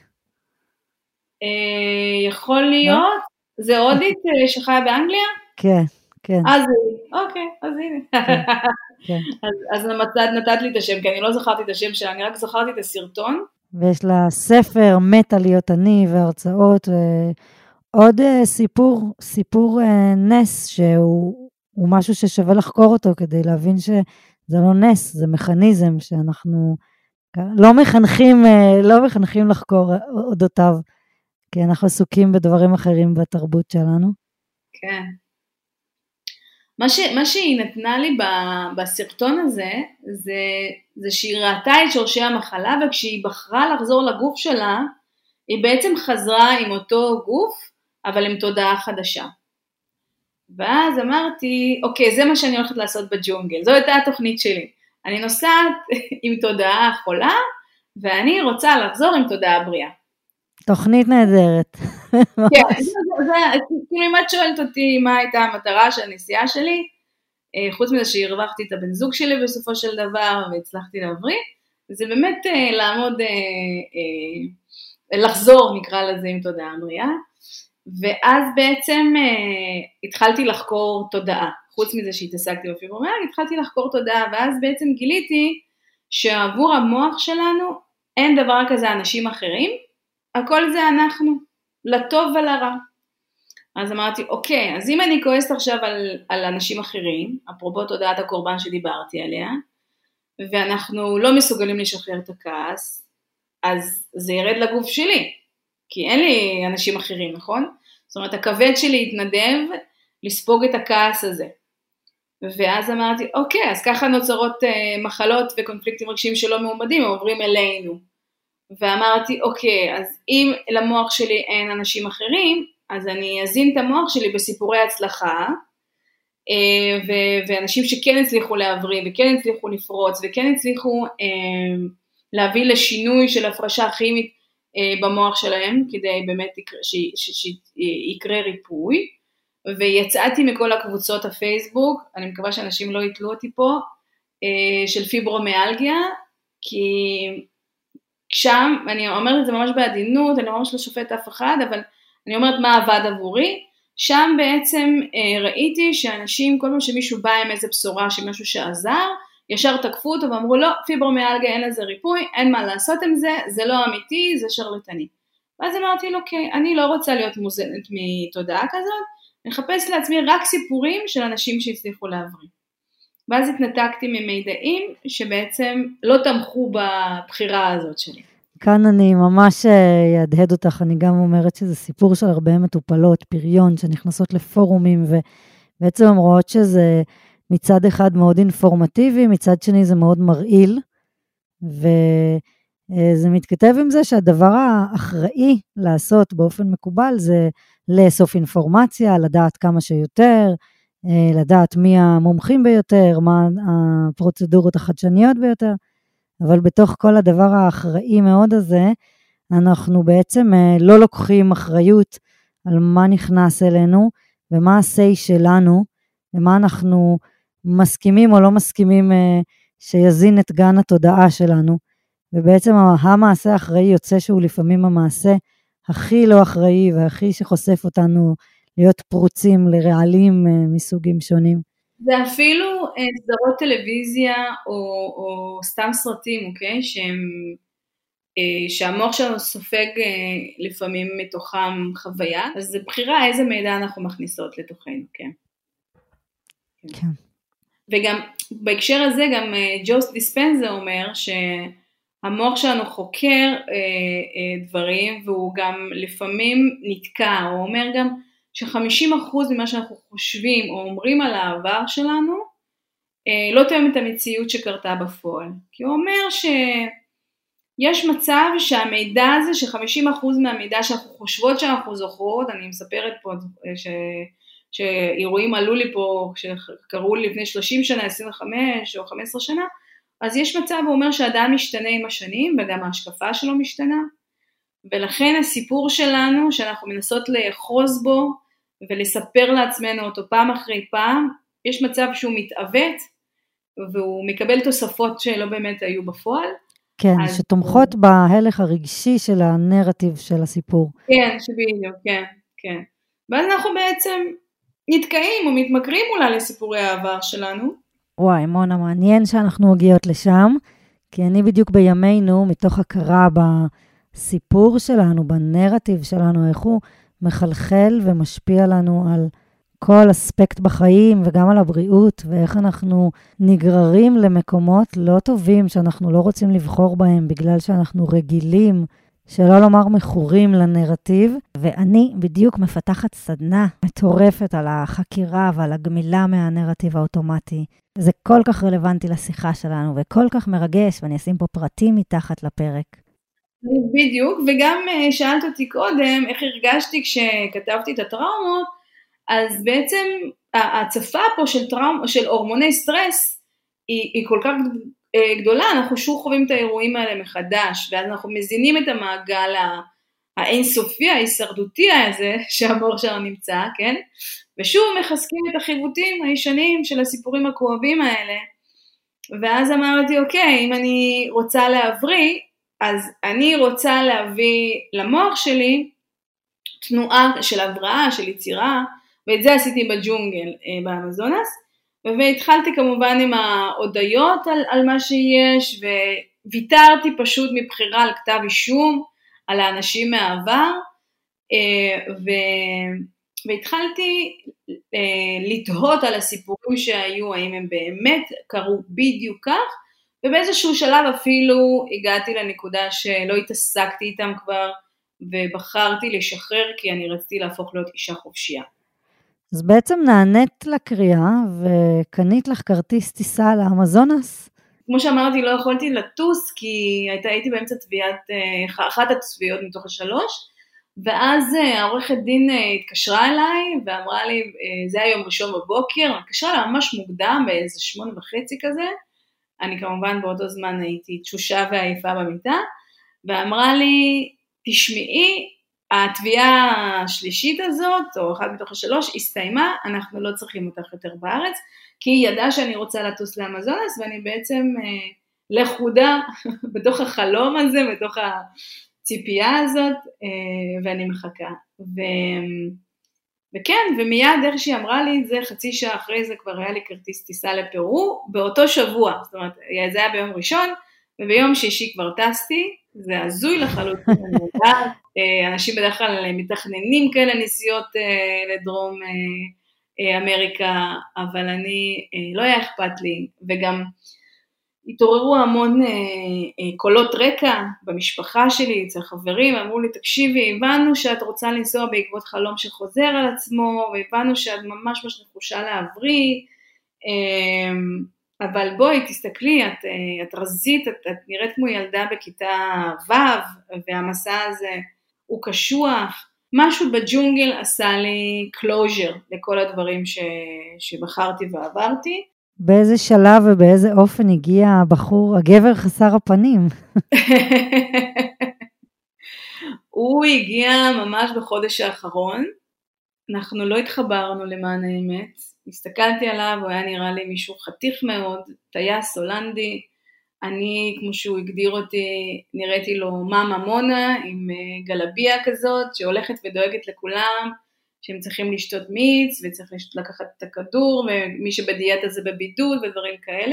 יכול להיות, זה הודית שחיה באנגליה? כן, כן. אז אוקיי, אז הנה. אז נתת לי את השם, כי אני לא זכרתי את השם שלה, אני רק זכרתי את הסרטון. ויש לה ספר, מתה להיות אני, והרצאות, ועוד סיפור, סיפור נס, שהוא משהו ששווה לחקור אותו, כדי להבין שזה לא נס, זה מכניזם שאנחנו לא מחנכים, לא מחנכים לחקור אודותיו, כי אנחנו עסוקים בדברים אחרים בתרבות שלנו. כן. מה, ש, מה שהיא נתנה לי ב, בסרטון הזה, זה, זה שהיא ראתה את שורשי המחלה, וכשהיא בחרה לחזור לגוף שלה, היא בעצם חזרה עם אותו גוף, אבל עם תודעה חדשה. ואז אמרתי, אוקיי, זה מה שאני הולכת לעשות בג'ונגל, זו הייתה התוכנית שלי. אני נוסעת עם תודעה חולה, ואני רוצה לחזור עם תודעה בריאה. תוכנית נהדרת. כן, כאילו אם את שואלת אותי מה הייתה המטרה של הנסיעה שלי, חוץ מזה שהרווחתי את הבן זוג שלי בסופו של דבר, והצלחתי להבריא, זה באמת לעמוד, לחזור נקרא לזה עם תודעה בריאה, ואז בעצם התחלתי לחקור תודעה, חוץ מזה שהתעסקתי בפיברומיאלגיה, התחלתי לחקור תודעה, ואז בעצם גיליתי שעבור המוח שלנו אין דבר כזה אנשים אחרים, הכל זה אנחנו, לטוב ולרע. אז אמרתי, אוקיי, אז אם אני כועסת עכשיו על, על אנשים אחרים, אפרופו תודעת הקורבן שדיברתי עליה, ואנחנו לא מסוגלים לשחרר את הכעס, אז זה ירד לגוף שלי, כי אין לי אנשים אחרים, נכון? זאת אומרת, הכבד שלי התנדב לספוג את הכעס הזה. ואז אמרתי, אוקיי, אז ככה נוצרות מחלות וקונפליקטים רגשיים שלא מעומדים, הם עוברים אלינו. ואמרתי, אוקיי, אז אם למוח שלי אין אנשים אחרים, אז אני אזין את המוח שלי בסיפורי הצלחה, ואנשים שכן הצליחו להבריא, וכן הצליחו לפרוץ, וכן הצליחו להביא לשינוי של הפרשה כימית במוח שלהם, כדי באמת שיקרה ריפוי, ויצאתי מכל הקבוצות הפייסבוק, אני מקווה שאנשים לא יתלו אותי פה, של פיברומיאלגיה, כי שם, אני אומרת את זה ממש בעדינות, אני ממש לא שופט אף אחד, אבל אני אומרת מה עבד עבורי, שם בעצם ראיתי שאנשים, כל פעם שמישהו בא עם איזה בשורה, שמשהו שעזר, ישר תקפו אותו ואמרו, לא, פיברומיאלגיה אין לזה ריפוי, אין מה לעשות עם זה, זה לא אמיתי, זה שרלטני. ואז אמרתי לו, אוקיי, אני לא רוצה להיות מוזנת מתודעה כזאת, אני אחפש לעצמי רק סיפורים של אנשים שהצליחו להבריא. ואז התנתקתי ממידעים שבעצם לא תמכו בבחירה הזאת שלי. כאן אני ממש ידהד אותך, אני גם אומרת שזה סיפור של הרבה מטופלות, פריון, שנכנסות לפורומים, ובעצם אומרות שזה מצד אחד מאוד אינפורמטיבי, מצד שני זה מאוד מרעיל, וזה מתכתב עם זה שהדבר האחראי לעשות באופן מקובל, זה לאסוף אינפורמציה, לדעת כמה שיותר, לדעת מי המומחים ביותר, מה הפרוצדורות החדשניות ביותר, אבל בתוך כל הדבר האחראי מאוד הזה, אנחנו בעצם לא לוקחים אחריות על מה נכנס אלינו, ומה ה-say שלנו, ומה אנחנו מסכימים או לא מסכימים שיזין את גן התודעה שלנו, ובעצם המעשה האחראי יוצא שהוא לפעמים המעשה הכי לא אחראי, והכי שחושף אותנו להיות פרוצים לרעלים מסוגים שונים. זה אפילו סדרות טלוויזיה או, או סתם סרטים, אוקיי? שהם, שהמוח שלנו סופג לפעמים מתוכם חוויה, אז זה בחירה איזה מידע אנחנו מכניסות לתוכנו, כן? כן. וגם בהקשר הזה גם ג'וס דיספנזה אומר שהמוח שלנו חוקר דברים, והוא גם לפעמים נתקע, הוא אומר גם, ש-חמישים אחוז ממה שאנחנו חושבים או אומרים על העבר שלנו, לא תואם את המציאות שקרתה בפועל. כי הוא אומר שיש מצב שהמידע הזה, ש-חמישים אחוז מהמידע שאנחנו חושבות שאנחנו זוכרות, אני מספרת פה ש... שאירועים עלו לי פה, שקראו לי לפני שלושים שנה, עשרים וחמש או חמש עשרה שנה, אז יש מצב, הוא אומר שאדם משתנה עם השנים, וגם ההשקפה שלו משתנה, ולכן הסיפור שלנו, שאנחנו מנסות לאחוז בו, ולספר לעצמנו אותו פעם אחרי פעם, יש מצב שהוא מתעוות, והוא מקבל תוספות שלא באמת היו בפועל. כן, שתומכות הוא... בהלך הרגשי של הנרטיב של הסיפור. כן, שבדיוק, כן, כן. ואז אנחנו בעצם נתקעים או מתמכרים אולי לסיפורי העבר שלנו. וואי, מונה, מעניין שאנחנו מגיעות לשם, כי אני בדיוק בימינו, מתוך הכרה בסיפור שלנו, בנרטיב שלנו, איך הוא מחלחל ומשפיע לנו על כל אספקט בחיים וגם על הבריאות, ואיך אנחנו נגררים למקומות לא טובים שאנחנו לא רוצים לבחור בהם, בגלל שאנחנו רגילים, שלא לומר מכורים לנרטיב, ואני בדיוק מפתחת סדנה מטורפת על החקירה ועל הגמילה מהנרטיב האוטומטי. זה כל כך רלוונטי לשיחה שלנו וכל כך מרגש, ואני אשים פה פרטים מתחת לפרק. בדיוק, וגם שאלת אותי קודם איך הרגשתי כשכתבתי את הטראומות, אז בעצם ההצפה פה של, טראומ, של הורמוני סטרס היא, היא כל כך גדולה, אנחנו שוב חווים את האירועים האלה מחדש, ואז אנחנו מזינים את המעגל האינסופי, ההישרדותי הזה, שהמוח שלנו נמצא, כן? ושוב מחזקים את החיווטים הישנים של הסיפורים הכואבים האלה, ואז אמרתי, אוקיי, אם אני רוצה להבריא, אז אני רוצה להביא למוח שלי תנועה של הבראה, של יצירה, ואת זה עשיתי בג'ונגל באמזונס, והתחלתי כמובן עם ההודעות על, על מה שיש, וויתרתי פשוט מבחירה על כתב אישום, על האנשים מהעבר, ו... והתחלתי לתהות על הסיפורים שהיו, האם הם באמת קרו בדיוק כך, ובאיזשהו שלב אפילו הגעתי לנקודה שלא התעסקתי איתם כבר, ובחרתי לשחרר כי אני רציתי להפוך להיות אישה חופשייה. אז בעצם נענית לקריאה וקנית לך כרטיס טיסה לאמזונס? כמו שאמרתי, לא יכולתי לטוס כי הייתה, הייתי באמצע צביעת, אחת הצביעות מתוך השלוש, ואז העורכת דין התקשרה אליי ואמרה לי, זה היום ראשון בבוקר, התקשרה לה ממש מוקדם באיזה שמונה וחצי כזה, אני כמובן באותו זמן הייתי תשושה ועייפה במיטה, ואמרה לי, תשמעי, התביעה השלישית הזאת, או אחת מתוך השלוש, הסתיימה, אנחנו לא צריכים אותך יותר בארץ, כי היא ידעה שאני רוצה לטוס לאמזונס, ואני בעצם אה, לחודה בתוך החלום הזה, בתוך הציפייה הזאת, אה, ואני מחכה. ו... וכן, ומיד איך שהיא אמרה לי את זה, חצי שעה אחרי זה כבר היה לי כרטיס טיסה לפרו, באותו שבוע, זאת אומרת, זה היה ביום ראשון, וביום שישי כבר טסתי, זה הזוי לחלוטין, אנשים בדרך כלל מתכננים כאלה נסיעות לדרום אמריקה, אבל אני, לא היה אכפת לי, וגם התעוררו המון קולות רקע במשפחה שלי, אצל חברים, אמרו לי, תקשיבי, הבנו שאת רוצה לנסוע בעקבות חלום שחוזר על עצמו, והבנו שאת ממש ממש נחושה להבריא, אבל בואי, תסתכלי, את, את רזית, את, את נראית כמו ילדה בכיתה ו', והמסע הזה הוא קשוח, משהו בג'ונגל עשה לי closure לכל הדברים ש, שבחרתי ועברתי. באיזה שלב ובאיזה אופן הגיע הבחור, הגבר חסר הפנים? הוא הגיע ממש בחודש האחרון, אנחנו לא התחברנו למען האמת, הסתכלתי עליו, הוא היה נראה לי מישהו חתיך מאוד, טייס הולנדי, אני, כמו שהוא הגדיר אותי, נראיתי לו מאמה מונה, עם גלביה כזאת, שהולכת ודואגת לכולם, שהם צריכים לשתות מיץ, וצריך לקחת את הכדור, ומי שבדיאטה זה בבידוד, ודברים כאלה.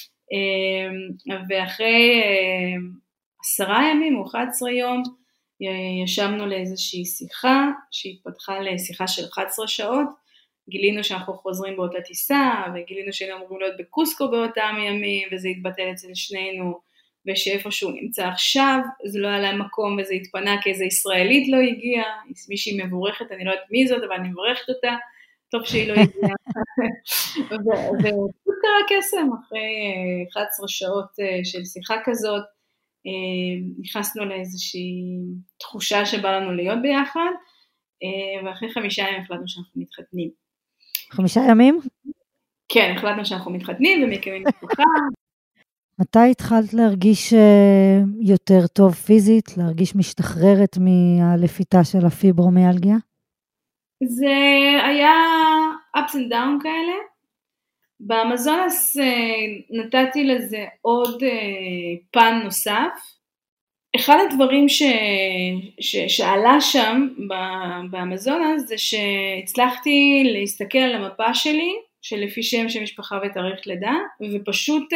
ואחרי עשרה ימים, או אחד עשר יום, ישבנו לאיזושהי שיחה, שהתפתחה לשיחה של אחת עשרה שעות, גילינו שאנחנו חוזרים באותה טיסה, וגילינו שהיינו אמורים להיות בקוסקו באותם ימים, וזה התבטל אצל שנינו, ושאיפה שהוא נמצא עכשיו, זה לא היה להם מקום, וזה התפנה כי איזו ישראלית לא הגיעה, מישהי מבורכת, אני לא יודעת מי זאת, אבל אני מברכת אותה, טוב שהיא לא הגיעה. ופשוט קרה קסם, אחרי אחת עשרה שעות של שיחה כזאת, נכנסנו לאיזושהי תחושה שבא לנו להיות ביחד, ואחרי חמישה ימים החלטנו שאנחנו מתחתנים. חמישה ימים? כן, החלטנו שאנחנו מתחתנים ומקימים משפחה. מתי התחלת להרגיש יותר טוב פיזית, להרגיש משתחררת מהלפיתה של הפיברומיאלגיה? זה היה ups and down כאלה. באמזונס נתתי לזה עוד פן נוסף. אחד הדברים ש... ש... שעלה שם באמזונס זה שהצלחתי להסתכל על המפה שלי, שלפי שם של משפחה ותאריך לידה, ופשוט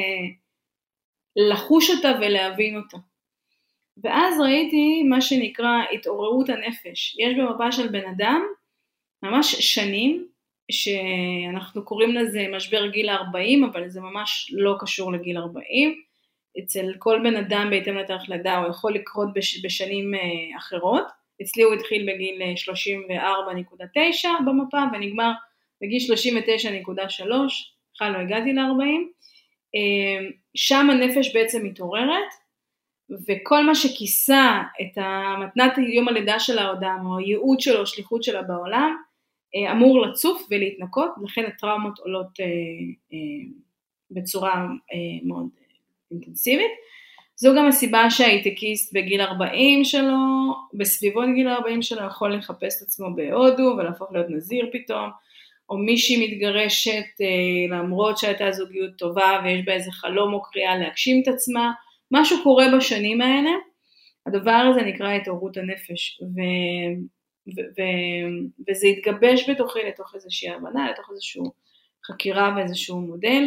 לחוש אותה ולהבין אותה. ואז ראיתי מה שנקרא התעוררות הנפש. יש במפה של בן אדם ממש שנים, שאנחנו קוראים לזה משבר גיל ארבעים, אבל זה ממש לא קשור לגיל ארבעים. אצל כל בן אדם בהתאם לתאריך לידה הוא יכול לקרות בשנים אחרות. אצלי הוא התחיל בגיל שלושים וארבע נקודה תשע במפה, ונגמר בגיל שלושים ותשע נקודה שלוש, בכלל לא הגעתי ל-ארבעים. שם הנפש בעצם מתעוררת, וכל מה שכיסה את המתנת יום הלידה של האדם, או הייעוד שלו, שליחות שלה בעולם, אמור לצוף ולהתנקות, לכן הטראומות עולות בצורה מאוד אינטנסיבית, זו גם הסיבה שההייטקיסט בגיל ארבעים שלו, בסביבות גיל ארבעים שלו, יכול לחפש את עצמו בהודו, ולהפוך להיות נזיר פתאום, או מישהי מתגרשת, למרות שהייתה זוגיות טובה, ויש בה איזה חלום או קריאה להגשים את עצמה, משהו קורה בשנים האלה, הדבר הזה נקרא התעוררות הנפש, ו... ו- ו- וזה התגבש בתוכי לתוך איזושהי הבנה, לתוך איזושהי חקירה ואיזשהו מודל,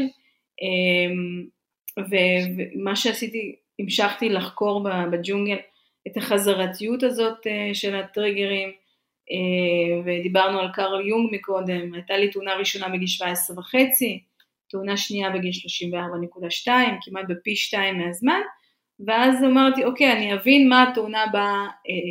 ומה שעשיתי, המשכתי לחקור בג'ונגל את החזרתיות הזאת של הטריגרים, ודיברנו על קארל יונג מקודם, הייתה לי תאונה ראשונה בגיל שבע עשרה וחצי, תאונה שנייה בגיל שלושים וארבע נקודה שתיים, כמעט בפי שתיים מהזמן, ואז אמרתי, אוקיי, אני אבין מה התאונה הבאה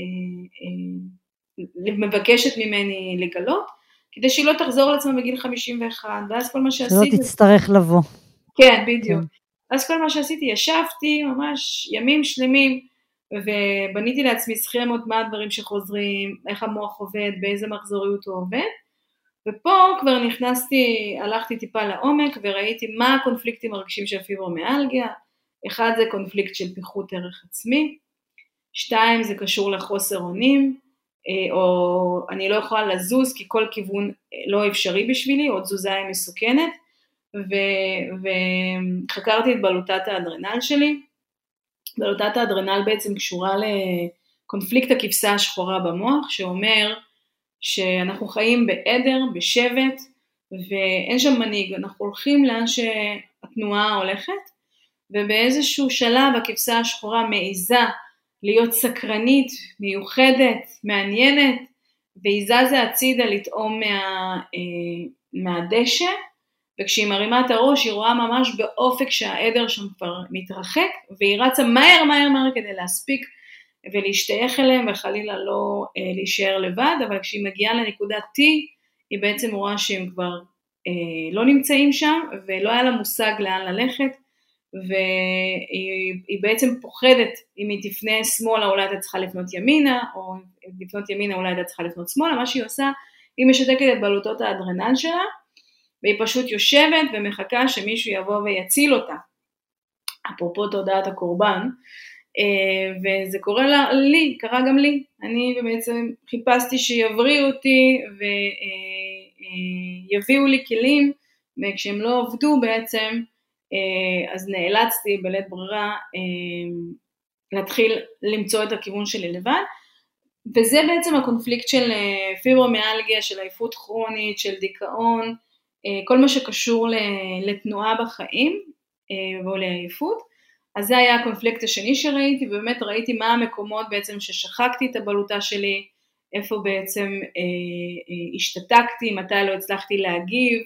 מבקשת ממני לגלות, כדי שהיא לא תחזור לעצמה בגיל חמישים ואחת, ואז כל מה שעשיתי... שלא תצטרך לבוא. כן, בדיוק. אז כל מה שעשיתי, ישבתי ממש ימים שלמים, ובניתי לעצמי סכמות מה הדברים שחוזרים, איך המוח עובד, באיזה מחזוריות הוא עובד, ופה כבר נכנסתי, הלכתי טיפה לעומק, וראיתי מה הקונפליקטים הרגשיים של פיברומיאלגיה, אחד זה קונפליקט של פיחות ערך עצמי, שתיים זה קשור לחוסר אונים, או אני לא יכולה לזוז כי כל כיוון לא אפשרי בשבילי, או תזוזה היא מסוכנת, וחקרתי את בלוטת האדרנל שלי, בלוטת האדרנל בעצם קשורה לקונפליקט הכבשה השחורה במוח, שאומר שאנחנו חיים בעדר, בשבט, ואין שם מנהיג, אנחנו הולכים לאן שהתנועה הולכת, ובאיזשהו שלב הכבשה השחורה מעיזה להיות סקרנית, מיוחדת, מעניינת, והיא זזה הצידה לטעום מה, מהדשא, וכשהיא מרימה את הראש היא רואה ממש באופק שהעדר שם כבר מתרחק, והיא רצה מהר מהר מהר כדי להספיק ולהשתייך אליהם, וחלילה לא אה, להישאר לבד, אבל כשהיא מגיעה לנקודת T, היא בעצם רואה שהם כבר אה, לא נמצאים שם, ולא היה לה מושג לאן ללכת, והיא בעצם פוחדת, אם היא תפנה שמאלה אולי הייתה צריכה לפנות ימינה, או אם לפנות ימינה אולי הייתה צריכה לפנות שמאלה, מה שהיא עושה, היא משתקת את בלוטות האדרנל שלה, והיא פשוט יושבת ומחכה שמישהו יבוא ויציל אותה, אפרופו תודעת הקורבן, וזה קורה לה, לי, קרה גם לי, אני בעצם חיפשתי שיבריאו אותי, ויביאו לי כלים, וכשהם לא עובדו בעצם, אז נאלצתי בלית ברירה להתחיל למצוא את הכיוון שלי לבד, וזה בעצם הקונפליקט של פיברומיאלגיה, של עייפות כרונית, של דיכאון, כל מה שקשור לתנועה בחיים או לעייפות, אז זה היה הקונפליקט השני שראיתי, ובאמת ראיתי מה המקומות בעצם ששחקתי את הבלוטה שלי, איפה בעצם השתתקתי, מתי לא הצלחתי להגיב,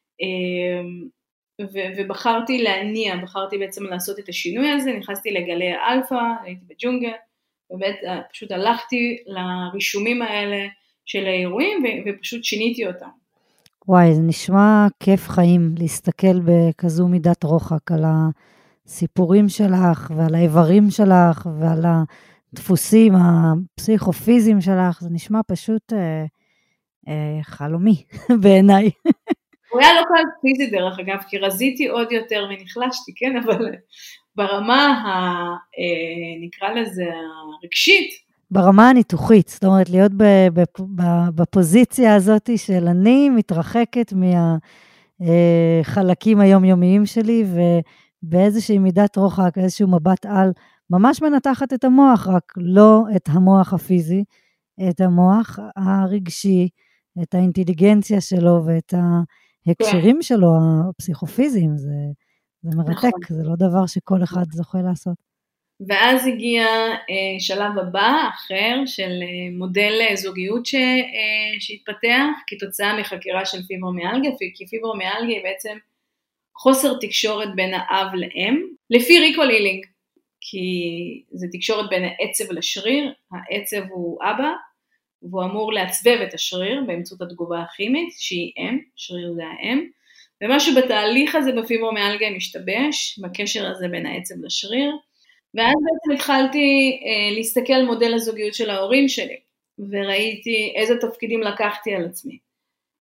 ובחרתי להניע, בחרתי בעצם לעשות את השינוי הזה, נכנסתי לגלי האלפא, הייתי בג'ונגל, ובאמת פשוט הלכתי לרישומים האלה של האירועים, ופשוט שיניתי אותם. וואי, זה נשמע כיף חיים, להסתכל בכזו מידת רוחק על הסיפורים שלך, ועל האיברים שלך, ועל הדפוסים הפסיכופיזיים שלך, זה נשמע פשוט אה, אה, חלומי בעיניי. הוא היה לא קל פיזי דרך אגב, כי רזיתי עוד יותר ונחלשתי, כן, אבל ברמה, ה, נקרא לזה, הרגשית. ברמה הניתוחית, זאת אומרת, להיות בפוזיציה הזאת של אני מתרחקת מהחלקים היומיומיים שלי, ובאיזושהי מידת רוחק, איזשהו מבט על, ממש מנתחת את המוח, רק לא את המוח הפיזי, את המוח הרגשי, את האינטליגנציה שלו ואת ה... הקשרים שלו, הפסיכופיזיים, זה, זה מרתק, נכון. זה לא דבר שכל אחד זוכה לעשות. ואז הגיע אה, שלב הבא, אחר, של אה, מודל זוגיות ש, אה, שהתפתח, כתוצאה מחקירה של פיברומיאלגיה, כי פיברומיאלגיה היא בעצם חוסר תקשורת בין האב לאם, לפי ריקו לילינג, כי זה תקשורת בין העצב לשריר, העצב הוא אבא, והוא אמור לעצבב את השריר באמצעות התגובה הכימית, שהיא אם, שריר זה האם, ומשהו בתהליך הזה בפיברומיאלגיה משתבש, בקשר הזה בין העצב לשריר, ואז בעצם התחלתי אה, להסתכל על מודל הזוגיות של ההורים שלי, וראיתי איזה תפקידים לקחתי על עצמי,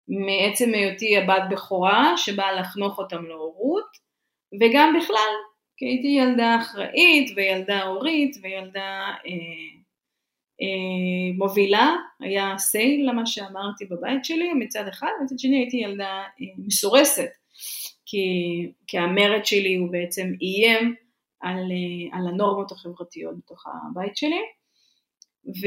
מעצם היותי הבת בכורה, שבאה לחנוך אותם להורות, וגם בכלל, כי הייתי ילדה אחראית וילדה הורית וילדה אה, אה, מובילה, היה say למה שאמרתי בבית שלי מצד אחד, מצד שני הייתי ילדה אה, מסורסת, כי, כי המרד שלי הוא בעצם איים על, אה, על הנורמות החברתיות בתוך הבית שלי, ו...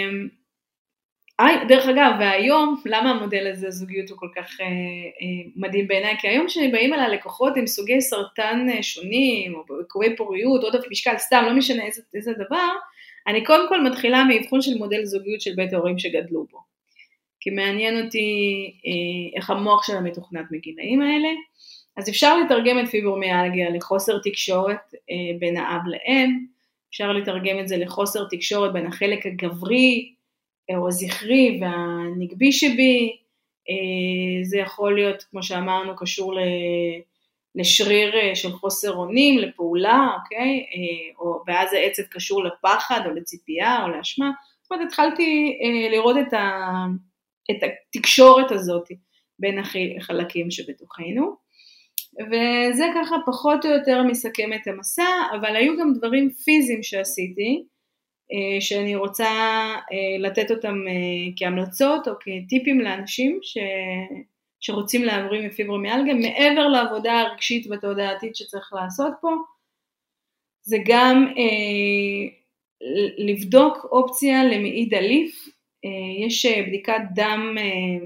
דרך אגב, והיום, למה המודל הזה, הזוגיות הוא כל כך אה, אה, מדהים בעיניי? כי היום שבאים על הלקוחות עם סוגי סרטן שונים, או עיכובי פוריות, עודף משקל, סתם, לא משנה איזה, איזה דבר, אני קודם כל מתחילה מאבחון של מודל זוגיות של בית ההורים שגדלו בו. כי מעניין אותי אה, איך המוח של המתוכנת מגילאים האלה. אז אפשר לתרגם את פיברומיאלגיה לחוסר תקשורת אה, בין האב לאם, אפשר לתרגם את זה לחוסר תקשורת בין החלק הגברי, או הזכרי והנגבי שבי, זה יכול להיות, כמו שאמרנו, קשור לשריר של חוסר אונים, לפעולה, אוקיי? או, ואז העצב קשור לפחד, או לציפייה, או לאשמה. זאת אומרת, התחלתי לראות את, ה, את התקשורת הזאת בין החלקים שבתוכנו, וזה ככה פחות או יותר מסכם את המסע, אבל היו גם דברים פיזיים שעשיתי, שאני רוצה לתת אותם כהמלצות או כטיפים לאנשים ש... שרוצים להבריא מפיברומיאלגיה, מעבר לעבודה הרגשית והתודעתית שצריך לעשות פה, זה גם אה, לבדוק אופציה למעי דליף, אה, יש בדיקת דם אה,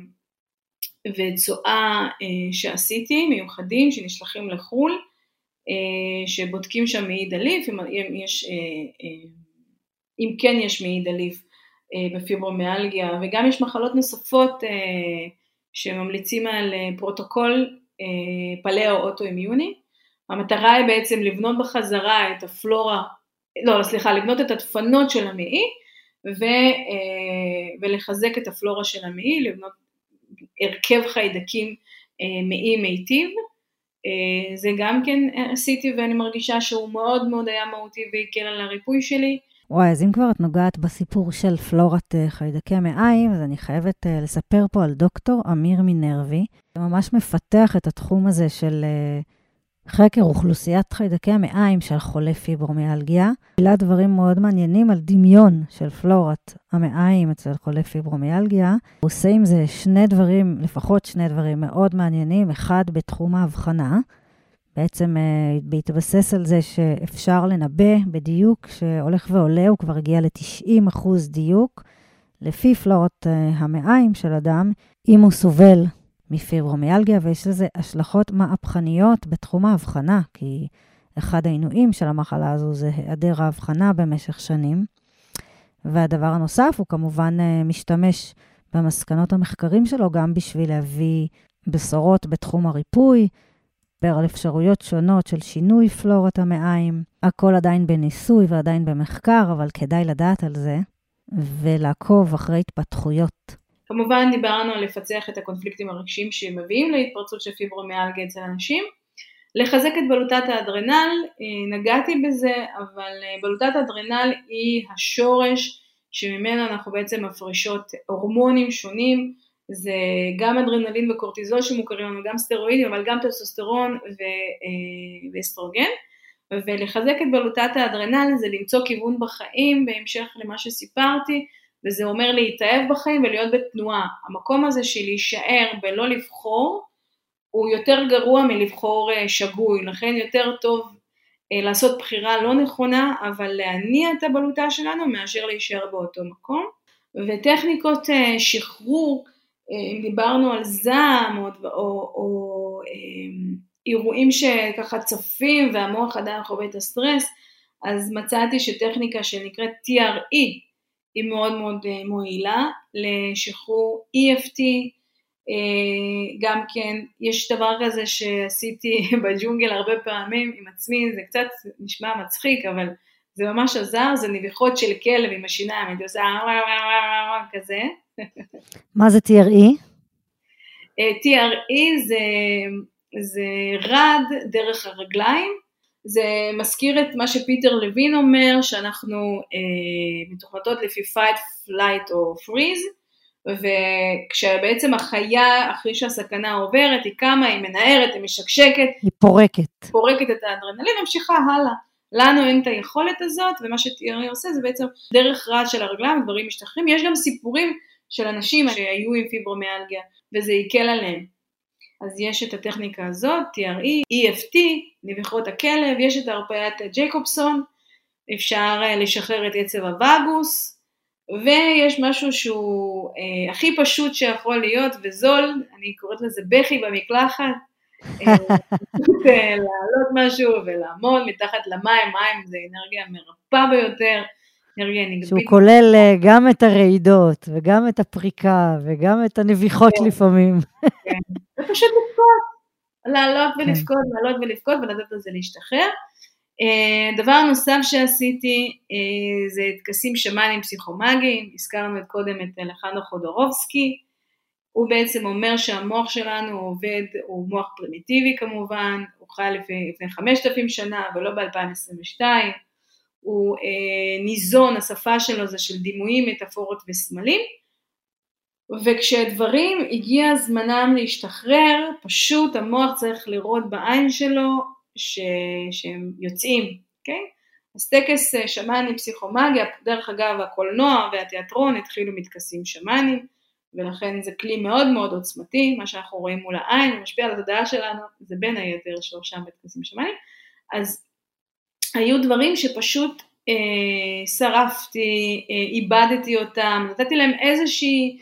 וצואה אה, שעשיתי, מיוחדים שנשלחים לחול, אה, שבודקים שם מעי דליף, אם יש... אה, אה, אם כן יש מעי דליף אה, בפיברומיאלגיה, וגם יש מחלות נוספות אה, שממליצים על אה, פרוטוקול אה, פלאו-אוטואימיוני. המטרה היא בעצם לבנות בחזרה את הפלורה, לא, סליחה, לבנות את הדפנות של המעי, ו, אה, ולחזק את הפלורה של המעי, לבנות הרכב חיידקים אה, מעי מיטיב. אה, זה גם כן עשיתי, ואני מרגישה שהוא מאוד מאוד היה מהותי והקל על הריפוי שלי. וואי, אז אם כבר את נוגעת בסיפור של פלורת חיידקי המעיים, אז אני חייבת לספר פה על דוקטור אמיר מינרווי, שממש מפתח את התחום הזה של חקר אוכלוסיית חיידקי המעיים של חולי פיברומיאלגיה. גילה דברים מאוד מעניינים על דמיון של פלורת המעיים אצל חולי פיברומיאלגיה. הוא עושה עם זה שני דברים, לפחות שני דברים מאוד מעניינים, אחד בתחום ההבחנה, בעצם בהתבסס על זה שאפשר לנבא בדיוק שהולך ועולה, הוא כבר הגיע ל-תשעים אחוז דיוק, לפי פלורת המעיים של אדם, אם הוא סובל מפיברומיאלגיה, ויש לזה השלכות מהפכניות בתחום ההבחנה, כי אחד העינויים של המחלה הזו זה היעדר ההבחנה במשך שנים. והדבר הנוסף, הוא כמובן משתמש במסקנות המחקרים שלו, גם בשביל להביא בשורות בתחום הריפוי, על אפשרויות שונות של שינוי פלורת המעיים. הכל עדיין בניסוי ועדיין במחקר, אבל כדאי לדעת על זה, ולעקוב אחרי התפתחויות. כמובן דיברנו על לפצח את הקונפליקטים הרגשיים שמביאים להתפרצות של פיברומיאלגיה אצל אנשים, לחזק את בלוטת האדרנל, נגעתי בזה, אבל בלוטת האדרנל היא השורש שממנו אנחנו בעצם מפרישות הורמונים שונים, זה גם אדרנלין וקורטיזול שמוכרים לנו, גם סטרואידים, אבל גם טסטוסטרון ואסטרוגן, ולחזק את בלוטת האדרנל זה למצוא כיוון בחיים, בהמשך למה שסיפרתי, וזה אומר להתאהב בחיים ולהיות בתנועה. המקום הזה של להישאר ולא לבחור, הוא יותר גרוע מלבחור שגוי, לכן יותר טוב לעשות בחירה לא נכונה, אבל להניע את הבלוטה שלנו מאשר להישאר באותו מקום. וטכניקות שחרור, אם דיברנו על זעם או, או, או אירועים שככה צפים והמוח עדיין חווה את הסטרס, אז מצאתי שטכניקה שנקראת טי אר אי היא מאוד מאוד מועילה לשחרור אי אף טי, גם כן יש דבר כזה שעשיתי בג'ונגל הרבה פעמים עם עצמי, זה קצת נשמע מצחיק אבל זה ממש עזר, זה נביחות של כלב עם השיניים, אני עושה כזה. מה זה טי אר אי? טי אר אי זה, זה רד דרך הרגליים, זה מזכיר את מה שפיטר לוין אומר, שאנחנו אה, מתוכנתות לפי fight, flight או freeze, וכשבעצם החיה, אחרי שהסכנה עוברת, היא קמה, היא מנערת, היא משקשקת, היא פורקת. פורקת את האדרנלין, ממשיכה הלאה. לנו אין את היכולת הזאת, ומה שתיארי עושה זה בעצם דרך רעד של הרגליים, דברים משתחררים. יש גם סיפורים של אנשים שהיו עם פיברומיאלגיה, וזה יקל עליהם. אז יש את הטכניקה הזאת, טי אר אי, אי אף טי, נביחות הכלב, יש את הרפאיית ג'ייקובסון, אפשר לשחרר את עצב הווגוס, ויש משהו שהוא אה, הכי פשוט שיכול להיות וזול, אני קוראת לזה בכי במקלחת, לעלות משהו ולעמוד מתחת למים, מים זה אנרגיה מרפאה ביותר, אנרגיה נגבית. שהוא כולל גם את הרעידות וגם את הפריקה וגם את הנביחות לפעמים. כן, זה פשוט לבכות, לעלות ולבכות, לעלות ולבכות ולתת לזה להשתחרר. דבר נוסף שעשיתי זה טקסים שמאניים פסיכומגיים, הזכרנו את קודם את אלחנדרו חודורובסקי, הוא בעצם אומר שהמוח שלנו עובד, הוא מוח פרימיטיבי כמובן, הוא חי לפני חמשת אלפים שנה ולא ב-אלפיים עשרים ושתיים, הוא אה, ניזון, השפה שלו זה של דימויים, מטאפורות וסמלים, וכשהדברים הגיע זמנם להשתחרר, פשוט המוח צריך לראות בעין שלו ש... שהם יוצאים, אוקיי? אז טקס שמאני פסיכומגיה, דרך אגב הקולנוע והתיאטרון התחילו מתקסים שמאנים, ולכן זה כלי מאוד מאוד עוצמתי, מה שאנחנו רואים מול העין, משפיע על התודעה שלנו, זה בין היתר שורשם בתקסים שמאנים, אז היו דברים שפשוט אה, שרפתי, אה, איבדתי אותם, נתתי להם איזושהי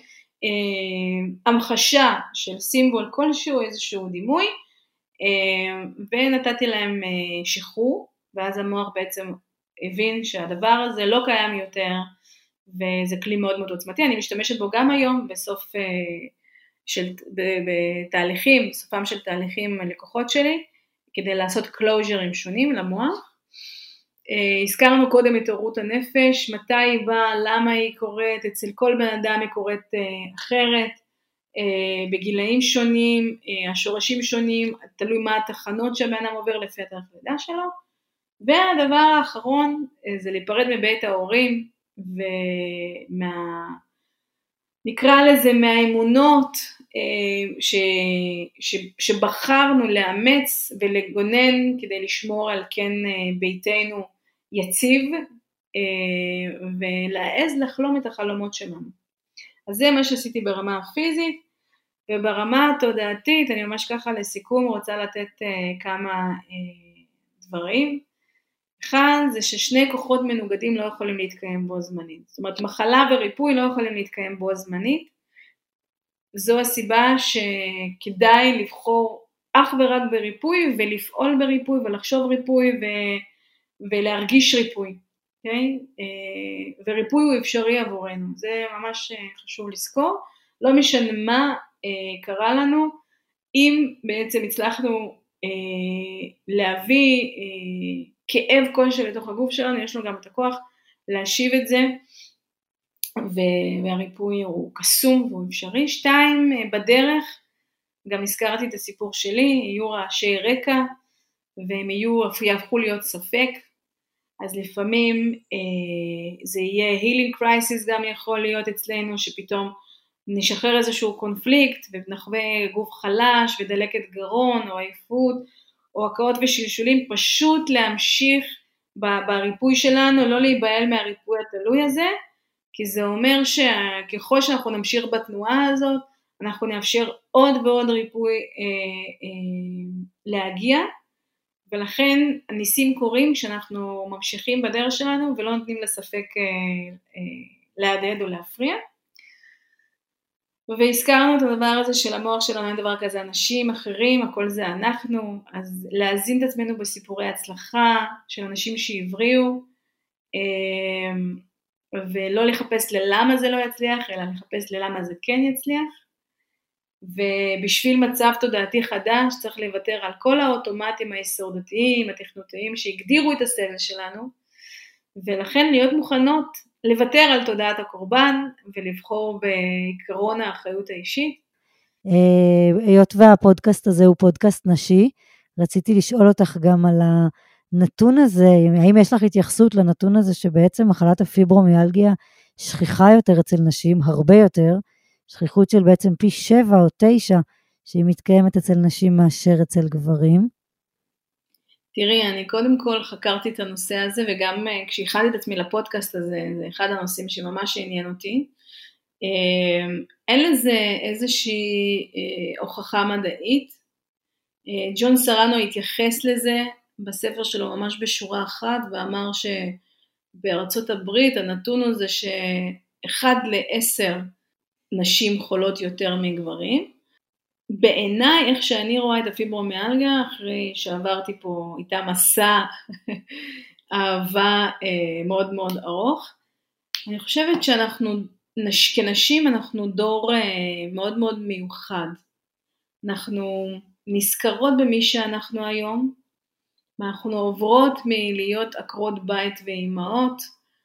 אה, המחשה של סימבול כלשהו, איזשהו דימוי, אה, ונתתי להם אה, שחרור, ואז המוח בעצם הבין שהדבר הזה לא קיים יותר, וזה כלי מאוד מאוד עוצמתי, אני משתמשת בו גם היום בסוף אה, של, בתהליכים, בסופם של תהליכים לקוחות שלי, כדי לעשות קלוז'רים שונים למוח. אה, הזכרנו קודם את התעוררות הנפש, מתי היא באה, למה היא קורית, אצל כל בן אדם היא קורית אה, אחרת, אה, בגילאים שונים, אה, השורשים שונים, תלוי מה התחנות שהבן אדם עובר לפי התאריך לידה שלו, והדבר האחרון אה, זה להיפרד מבית ההורים, ומה, נקרא לזה מהאמונות ש, ש, שבחרנו לאמץ ולגונן כדי לשמור על כן ביתנו יציב ולהעז לחלום את החלומות שלנו. אז זה מה שעשיתי ברמה הפיזית, וברמה התודעתית אני ממש ככה לסיכום רוצה לתת כמה דברים. אחד זה ששני כוחות מנוגדים לא יכולים להתקיים בו זמנית. זאת אומרת, מחלה וריפוי לא יכולים להתקיים בו זמנית. זו הסיבה שכדאי לבחור אך ורק בריפוי, ולפעול בריפוי, ולחשוב ריפוי, ו- ולהרגיש ריפוי. Okay? וריפוי הוא אפשרי עבורנו. זה ממש חשוב לזכור. לא משנה מה קרה לנו, אם בעצם הצלחנו להביא כאב כלשהו לתוך הגוף שלנו, יש לו גם את הכוח להשיב את זה, והריפוי הוא קסום והוא אפשרי. שתיים, בדרך, גם הזכרתי את הסיפור שלי, יהיו רעשי רקע, והם יהיו, יהפכו להיות ספק, אז לפעמים אה, זה יהיה healing crisis גם יכול להיות אצלנו, שפתאום נשחרר איזשהו קונפליקט, ונחווה גוף חלש, ודלקת גרון, או עייפות, או הקאות ושלשולים, פשוט להמשיך בריפוי שלנו, לא להיבהל מהריפוי התלוי הזה, כי זה אומר שככל שאנחנו נמשיך בתנועה הזאת, אנחנו נאפשר עוד ועוד ריפוי אה, אה, להגיע, ולכן הניסים קורים כשאנחנו ממשיכים בדרך שלנו, ולא נותנים לספק אה, אה, להדהד או להפריע. והזכרנו את הדבר הזה של המוח שלנו, אין דבר כזה אנשים אחרים, הכל זה אנחנו, אז להזין את עצמנו בסיפורי הצלחה של אנשים שהבריאו, ולא לחפש ללמה זה לא יצליח, אלא לחפש ללמה זה כן יצליח, ובשביל מצב תודעתי חדש צריך לוותר על כל האוטומטים ההישרדותיים, התכנותיים שהגדירו את הסבל שלנו, ולכן להיות מוכנות לוותר על תודעת הקורבן ולבחור בעקרון האחריות האישית. היות והפודקאסט הזה הוא פודקאסט נשי, רציתי לשאול אותך גם על הנתון הזה, האם יש לך התייחסות לנתון הזה שבעצם מחלת הפיברומיאלגיה שכיחה יותר אצל נשים, הרבה יותר, שכיחות של בעצם פי שבע או תשע, שהיא מתקיימת אצל נשים מאשר אצל גברים. תראי, אני קודם כל חקרתי את הנושא הזה, וגם כשהכנתי את עצמי לפודקאסט הזה, זה אחד הנושאים שממש עניין אותי. אין לזה איזושהי הוכחה מדעית. ג'ון סרנו התייחס לזה בספר שלו ממש בשורה אחת, ואמר שבארצות הברית הנתון הוא זה שאחד לעשר נשים חולות יותר מגברים. בעיניי, איך שאני רואה את הפיברומיאלגיה, אחרי שעברתי פה איתה מסע אהבה אה, מאוד מאוד ארוך, אני חושבת שאנחנו, נש, כנשים, אנחנו דור אה, מאוד מאוד מיוחד. אנחנו נזכרות במי שאנחנו היום, אנחנו עוברות מלהיות עקרות בית ואימהות,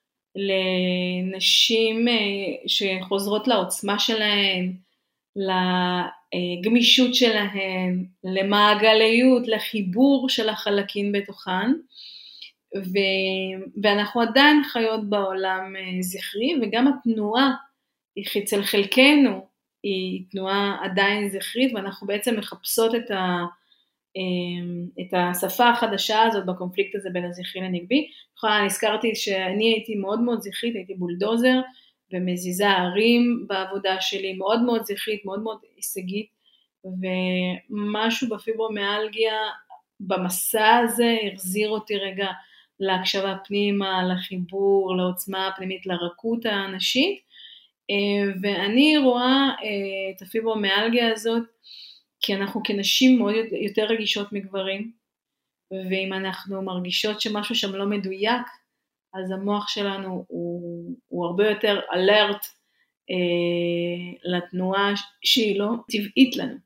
לנשים אה, שחוזרות לעוצמה שלהן, לגמישות שלהן, למעגליות, לחיבור של החלקים בתוכן, ו... ואנחנו עדיין חיות בעולם זכרי, וגם התנועה אצל חלקנו היא תנועה עדיין זכרית, ואנחנו בעצם מחפשות את, ה... את השפה החדשה הזאת בקונפליקט הזה בין הזכרי לנגבי. אני הזכרתי שאני הייתי מאוד מאוד זכרית, הייתי בולדוזר, ומזיזה ערים בעבודה שלי, מאוד מאוד זכרית, מאוד מאוד הישגית, ומשהו בפיברומיאלגיה, במסע הזה, החזיר אותי רגע להקשבה פנימה, לחיבור, לעוצמה הפנימית, לרכות הנשית, ואני רואה את הפיברומיאלגיה הזאת, כי אנחנו כנשים מאוד יותר רגישות מגברים, ואם אנחנו מרגישות שמשהו שם לא מדויק, אז המוח שלנו הוא, הוא הרבה יותר אלרט אה, לתנועה שהיא לא טבעית לנו.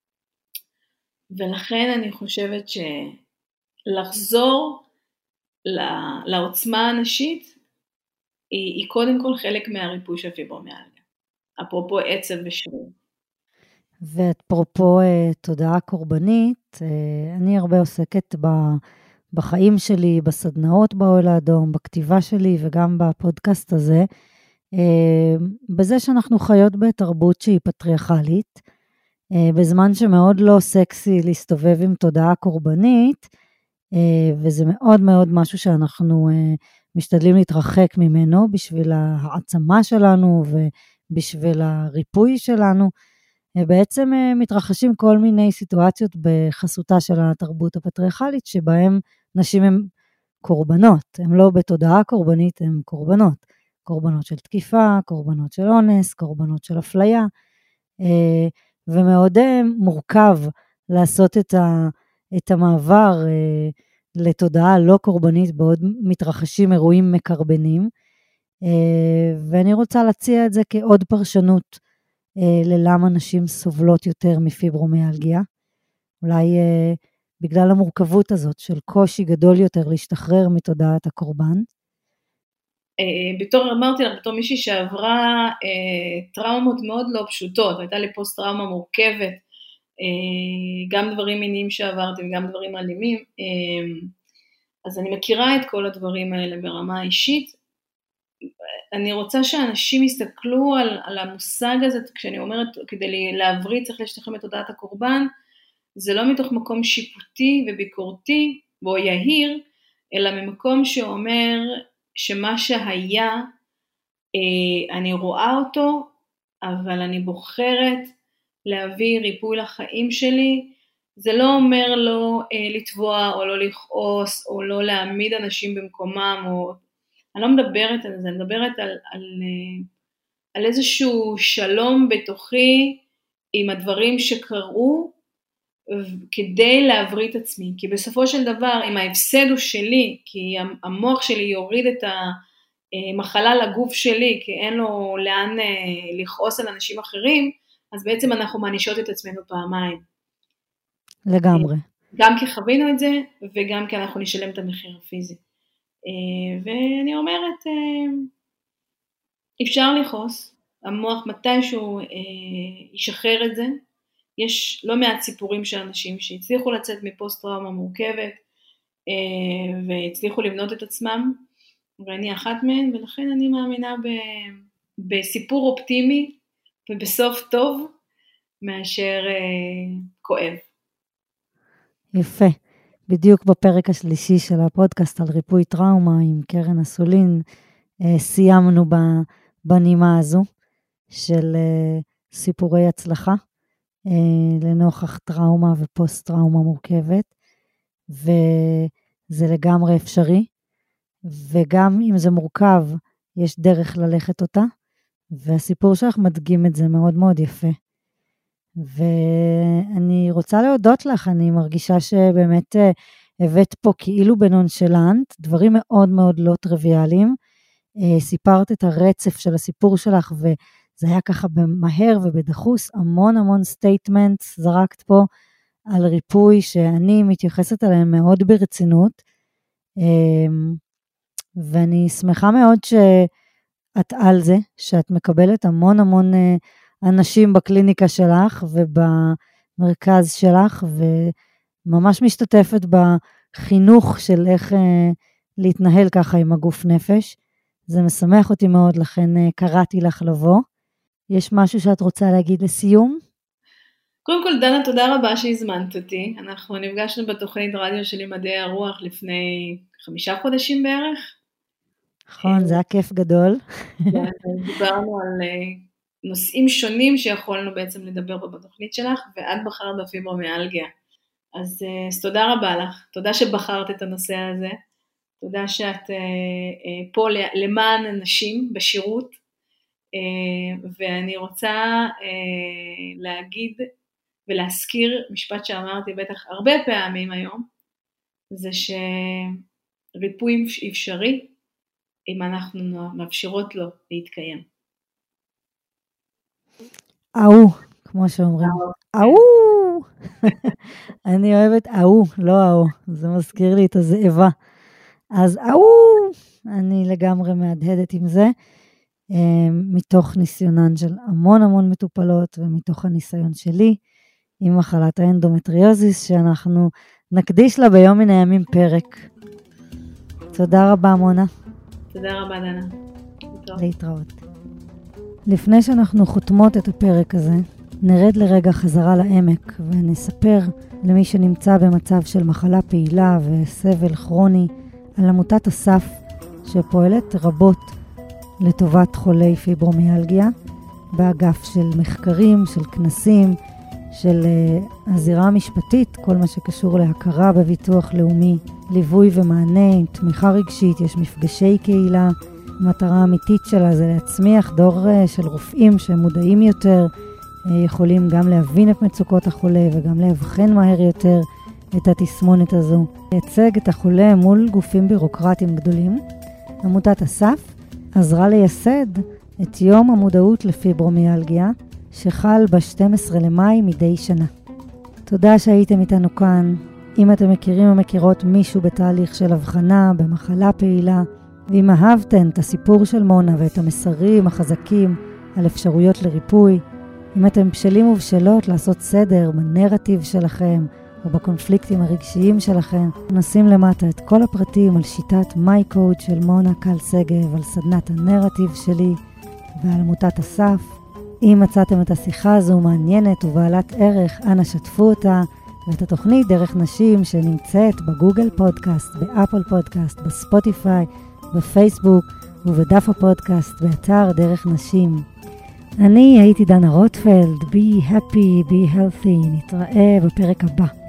ולכן אני חושבת שלחזור לעוצמה הנשית, היא, היא קודם כל חלק מהריפוי של פיברומיאלגיה. אפרופו עצב ושריר. ואפרופו אה, תודעה קורבנית, אה, אני הרבה עוסקת ב... בחיים שלי, בסדנאות באוהל האדום, בכתיבה שלי וגם בפודקאסט הזה, בזה שאנחנו חיות בתרבות שהיא פטריארכלית, בזמן שמאוד לא סקסי להסתובב עם תודעה קורבנית, וזה מאוד מאוד משהו שאנחנו משתדלים להתרחק ממנו בשביל העצמה שלנו ובשביל הריפוי שלנו, בעצם מתרחשים כל מיני סיטואציות בחסותה של התרבות הפטריארכלית, שבהם נשים הן קורבנות, הן לא בתודעה קורבנית, הן קורבנות, קורבנות של תקיפה, קורבנות של אונס, קורבנות של אפליה, ומאוד מורכב לעשות את, ה, את המעבר לתודעה לא קורבנית, בעוד מתרחשים אירועים מקרבנים, ואני רוצה להציע את זה כעוד פרשנות, ללמה נשים סובלות יותר מפיברומיאלגיה, אולי בגלל המורכבות הזאת של קושי גדול יותר להשתחרר מתודעת הקורבן. בתור, אמרתי לך, בתור מישהי שעברה טראומות מאוד לא פשוטות, הייתה לי פוסט טראומה מורכבת, גם דברים מיניים שעברתי וגם דברים אלימים, אז אני מכירה את כל הדברים האלה ברמה האישית. אני רוצה שאנשים יסתכלו על, על המושג הזה, כשאני אומרת, כדי להבריא צריך להשתחרר מתודעת הקורבן, זה לא מתוך מקום שיפוטי וביקורתי, או יהיר, אלא ממקום שאומר שמה שהיה, אני רואה אותו, אבל אני בוחרת להביא ריפוי לחיים שלי, זה לא אומר לא לתבוע או לא לכעוס, או לא להעמיד אנשים במקומם, או... אני לא מדברת על זה, אני מדברת על, על, על איזשהו שלום בתוכי עם הדברים שקרו, כדי להבריא את עצמי, כי בסופו של דבר, אם ההפסד הוא שלי, כי המוח שלי יוריד את המחלה לגוף שלי, כי אין לו לאן לכעוס על אנשים אחרים, אז בעצם אנחנו מענישות את עצמנו פעמיים. לגמרי. גם כי חווינו את זה, וגם כי אנחנו נשלם את המחיר הפיזי. ואני אומרת, אפשר לכעוס, המוח מתישהו ישחרר את זה, יש לא מעט סיפורים של אנשים שהצליחו לצאת מפוסט טראומה מורכבת, והצליחו לבנות את עצמם, ואני אחת מהן, ולכן אני מאמינה בסיפור אופטימי, ובסוף טוב מאשר אה, כואב. יפה. בדיוק בפרק השלישי של הפודקאסט על ריפוי טראומה עם קרן אסולין, אה, סיימנו בנימה הזו של אה, סיפורי הצלחה, אה, לנוכח טראומה ופוסט טראומה מורכבת, וזה לגמרי אפשרי, וגם אם זה מורכב, יש דרך ללכת אותה, והסיפור שלך מדגים את זה מאוד מאוד יפה. ואני רוצה להודות לך, אני מרגישה שבאמת הבאת פה כאילו בנונשלנט, דברים מאוד מאוד לא טריוויאליים, סיפרת את הרצף של הסיפור שלך, וזה היה ככה במהר ובדחוס, המון המון סטייטמנטס זרקת פה, על ריפוי שאני מתייחסת עליהם מאוד ברצינות, ואני שמחה מאוד שאת על זה, שאת מקבלת המון המון אנשים בקליניקה שלך ובמרכז שלך, וממש משתתפת בחינוך של איך להתנהל ככה עם הגוף נפש. זה משמח אותי מאוד, לכן קראתי לך לבוא. יש משהו שאת רוצה להגיד לסיום? קודם כל, דנה, תודה רבה שהזמנת אותי. אנחנו נפגשנו בתוכנית רדיו של לימדי הרוח לפני חמישה חודשים בערך. נכון, זה היה כיף גדול. דיברנו על נושאים שונים שיכולנו בעצם לדבר בו בתוכנית שלך, ואת בחרת בפיברומיאלגיה. אז, אז תודה רבה לך, תודה שבחרת את הנושא הזה, תודה שאת פה למען אנשים בשירות, ואני רוצה להגיד ולהזכיר משפט שאמרתי בטח הרבה פעמים היום, זה שריפוי אפשרי אם אנחנו מאפשרות לו להתקיים. אהו, כמו שאומרים. אהו! אני אוהבת אהו, לא אהו, זה מזכיר לי את הזאבה. אז אהו, אני לגמרי מהדהדת עם זה, מתוך ניסיונן של המון המון מטופלות, ומתוך הניסיון שלי, עם מחלת האנדומטריוזיס, שאנחנו נקדיש לה ביום מן הימים פרק. תודה רבה, מונה. תודה רבה, דנה. להתראות. לפני שאנחנו חותמות את הפרק הזה, נרד לרגע חזרה לעמק, ונספר למי שנמצא במצב של מחלה פעילה וסבל כרוני, על עמותת אסף, שפועלת רבות לטובת חולי פיברומיאלגיה, באגף של מחקרים, של כנסים, של uh, הזירה המשפטית, כל מה שקשור להכרה בביטוח לאומי, ליווי ומענה, תמיכה רגשית, יש מפגשי קהילה, המטרה האמיתית שלה זה להצמיח דור uh, של רופאים שהם מודעים יותר, uh, יכולים גם להבין את מצוקות החולה וגם להבחן מהר יותר את התסמונת הזו, לייצג את החולה מול גופים בירוקרטיים גדולים. עמותת אסף עזרה לייסד את יום המודעות לפיברומיאלגיה, שחל ב-שנים עשר למאי מדי שנה. תודה שהייתם איתנו כאן. אם אתם מכירים או מכירות מישהו בתהליך של הבחנה, במחלה פעילה, ואם אהבתם את הסיפור של מונה ואת המסרים החזקים על אפשרויות לריפוי, אם אתם בשלים ובשלות לעשות סדר בנרטיב שלכם או בקונפליקטים הרגשיים שלכם, נשים למטה את כל הפרטים על שיטת מייקוד של מונה קל סגב, על סדנת הנרטיב שלי ועל עמותת אסף. אם מצאתם את השיחה הזו מעניינת ובעלת ערך, אנא שתפו אותה, ואת התוכנית דרך נשים שנמצאת בגוגל פודקאסט, באפל פודקאסט, בספוטיפיי, בפייסבוק ובדף הפודקאסט באתר דרך נשים. אני הייתי דנה רוטפלד, be happy, be healthy, נתראה בפרק הבא.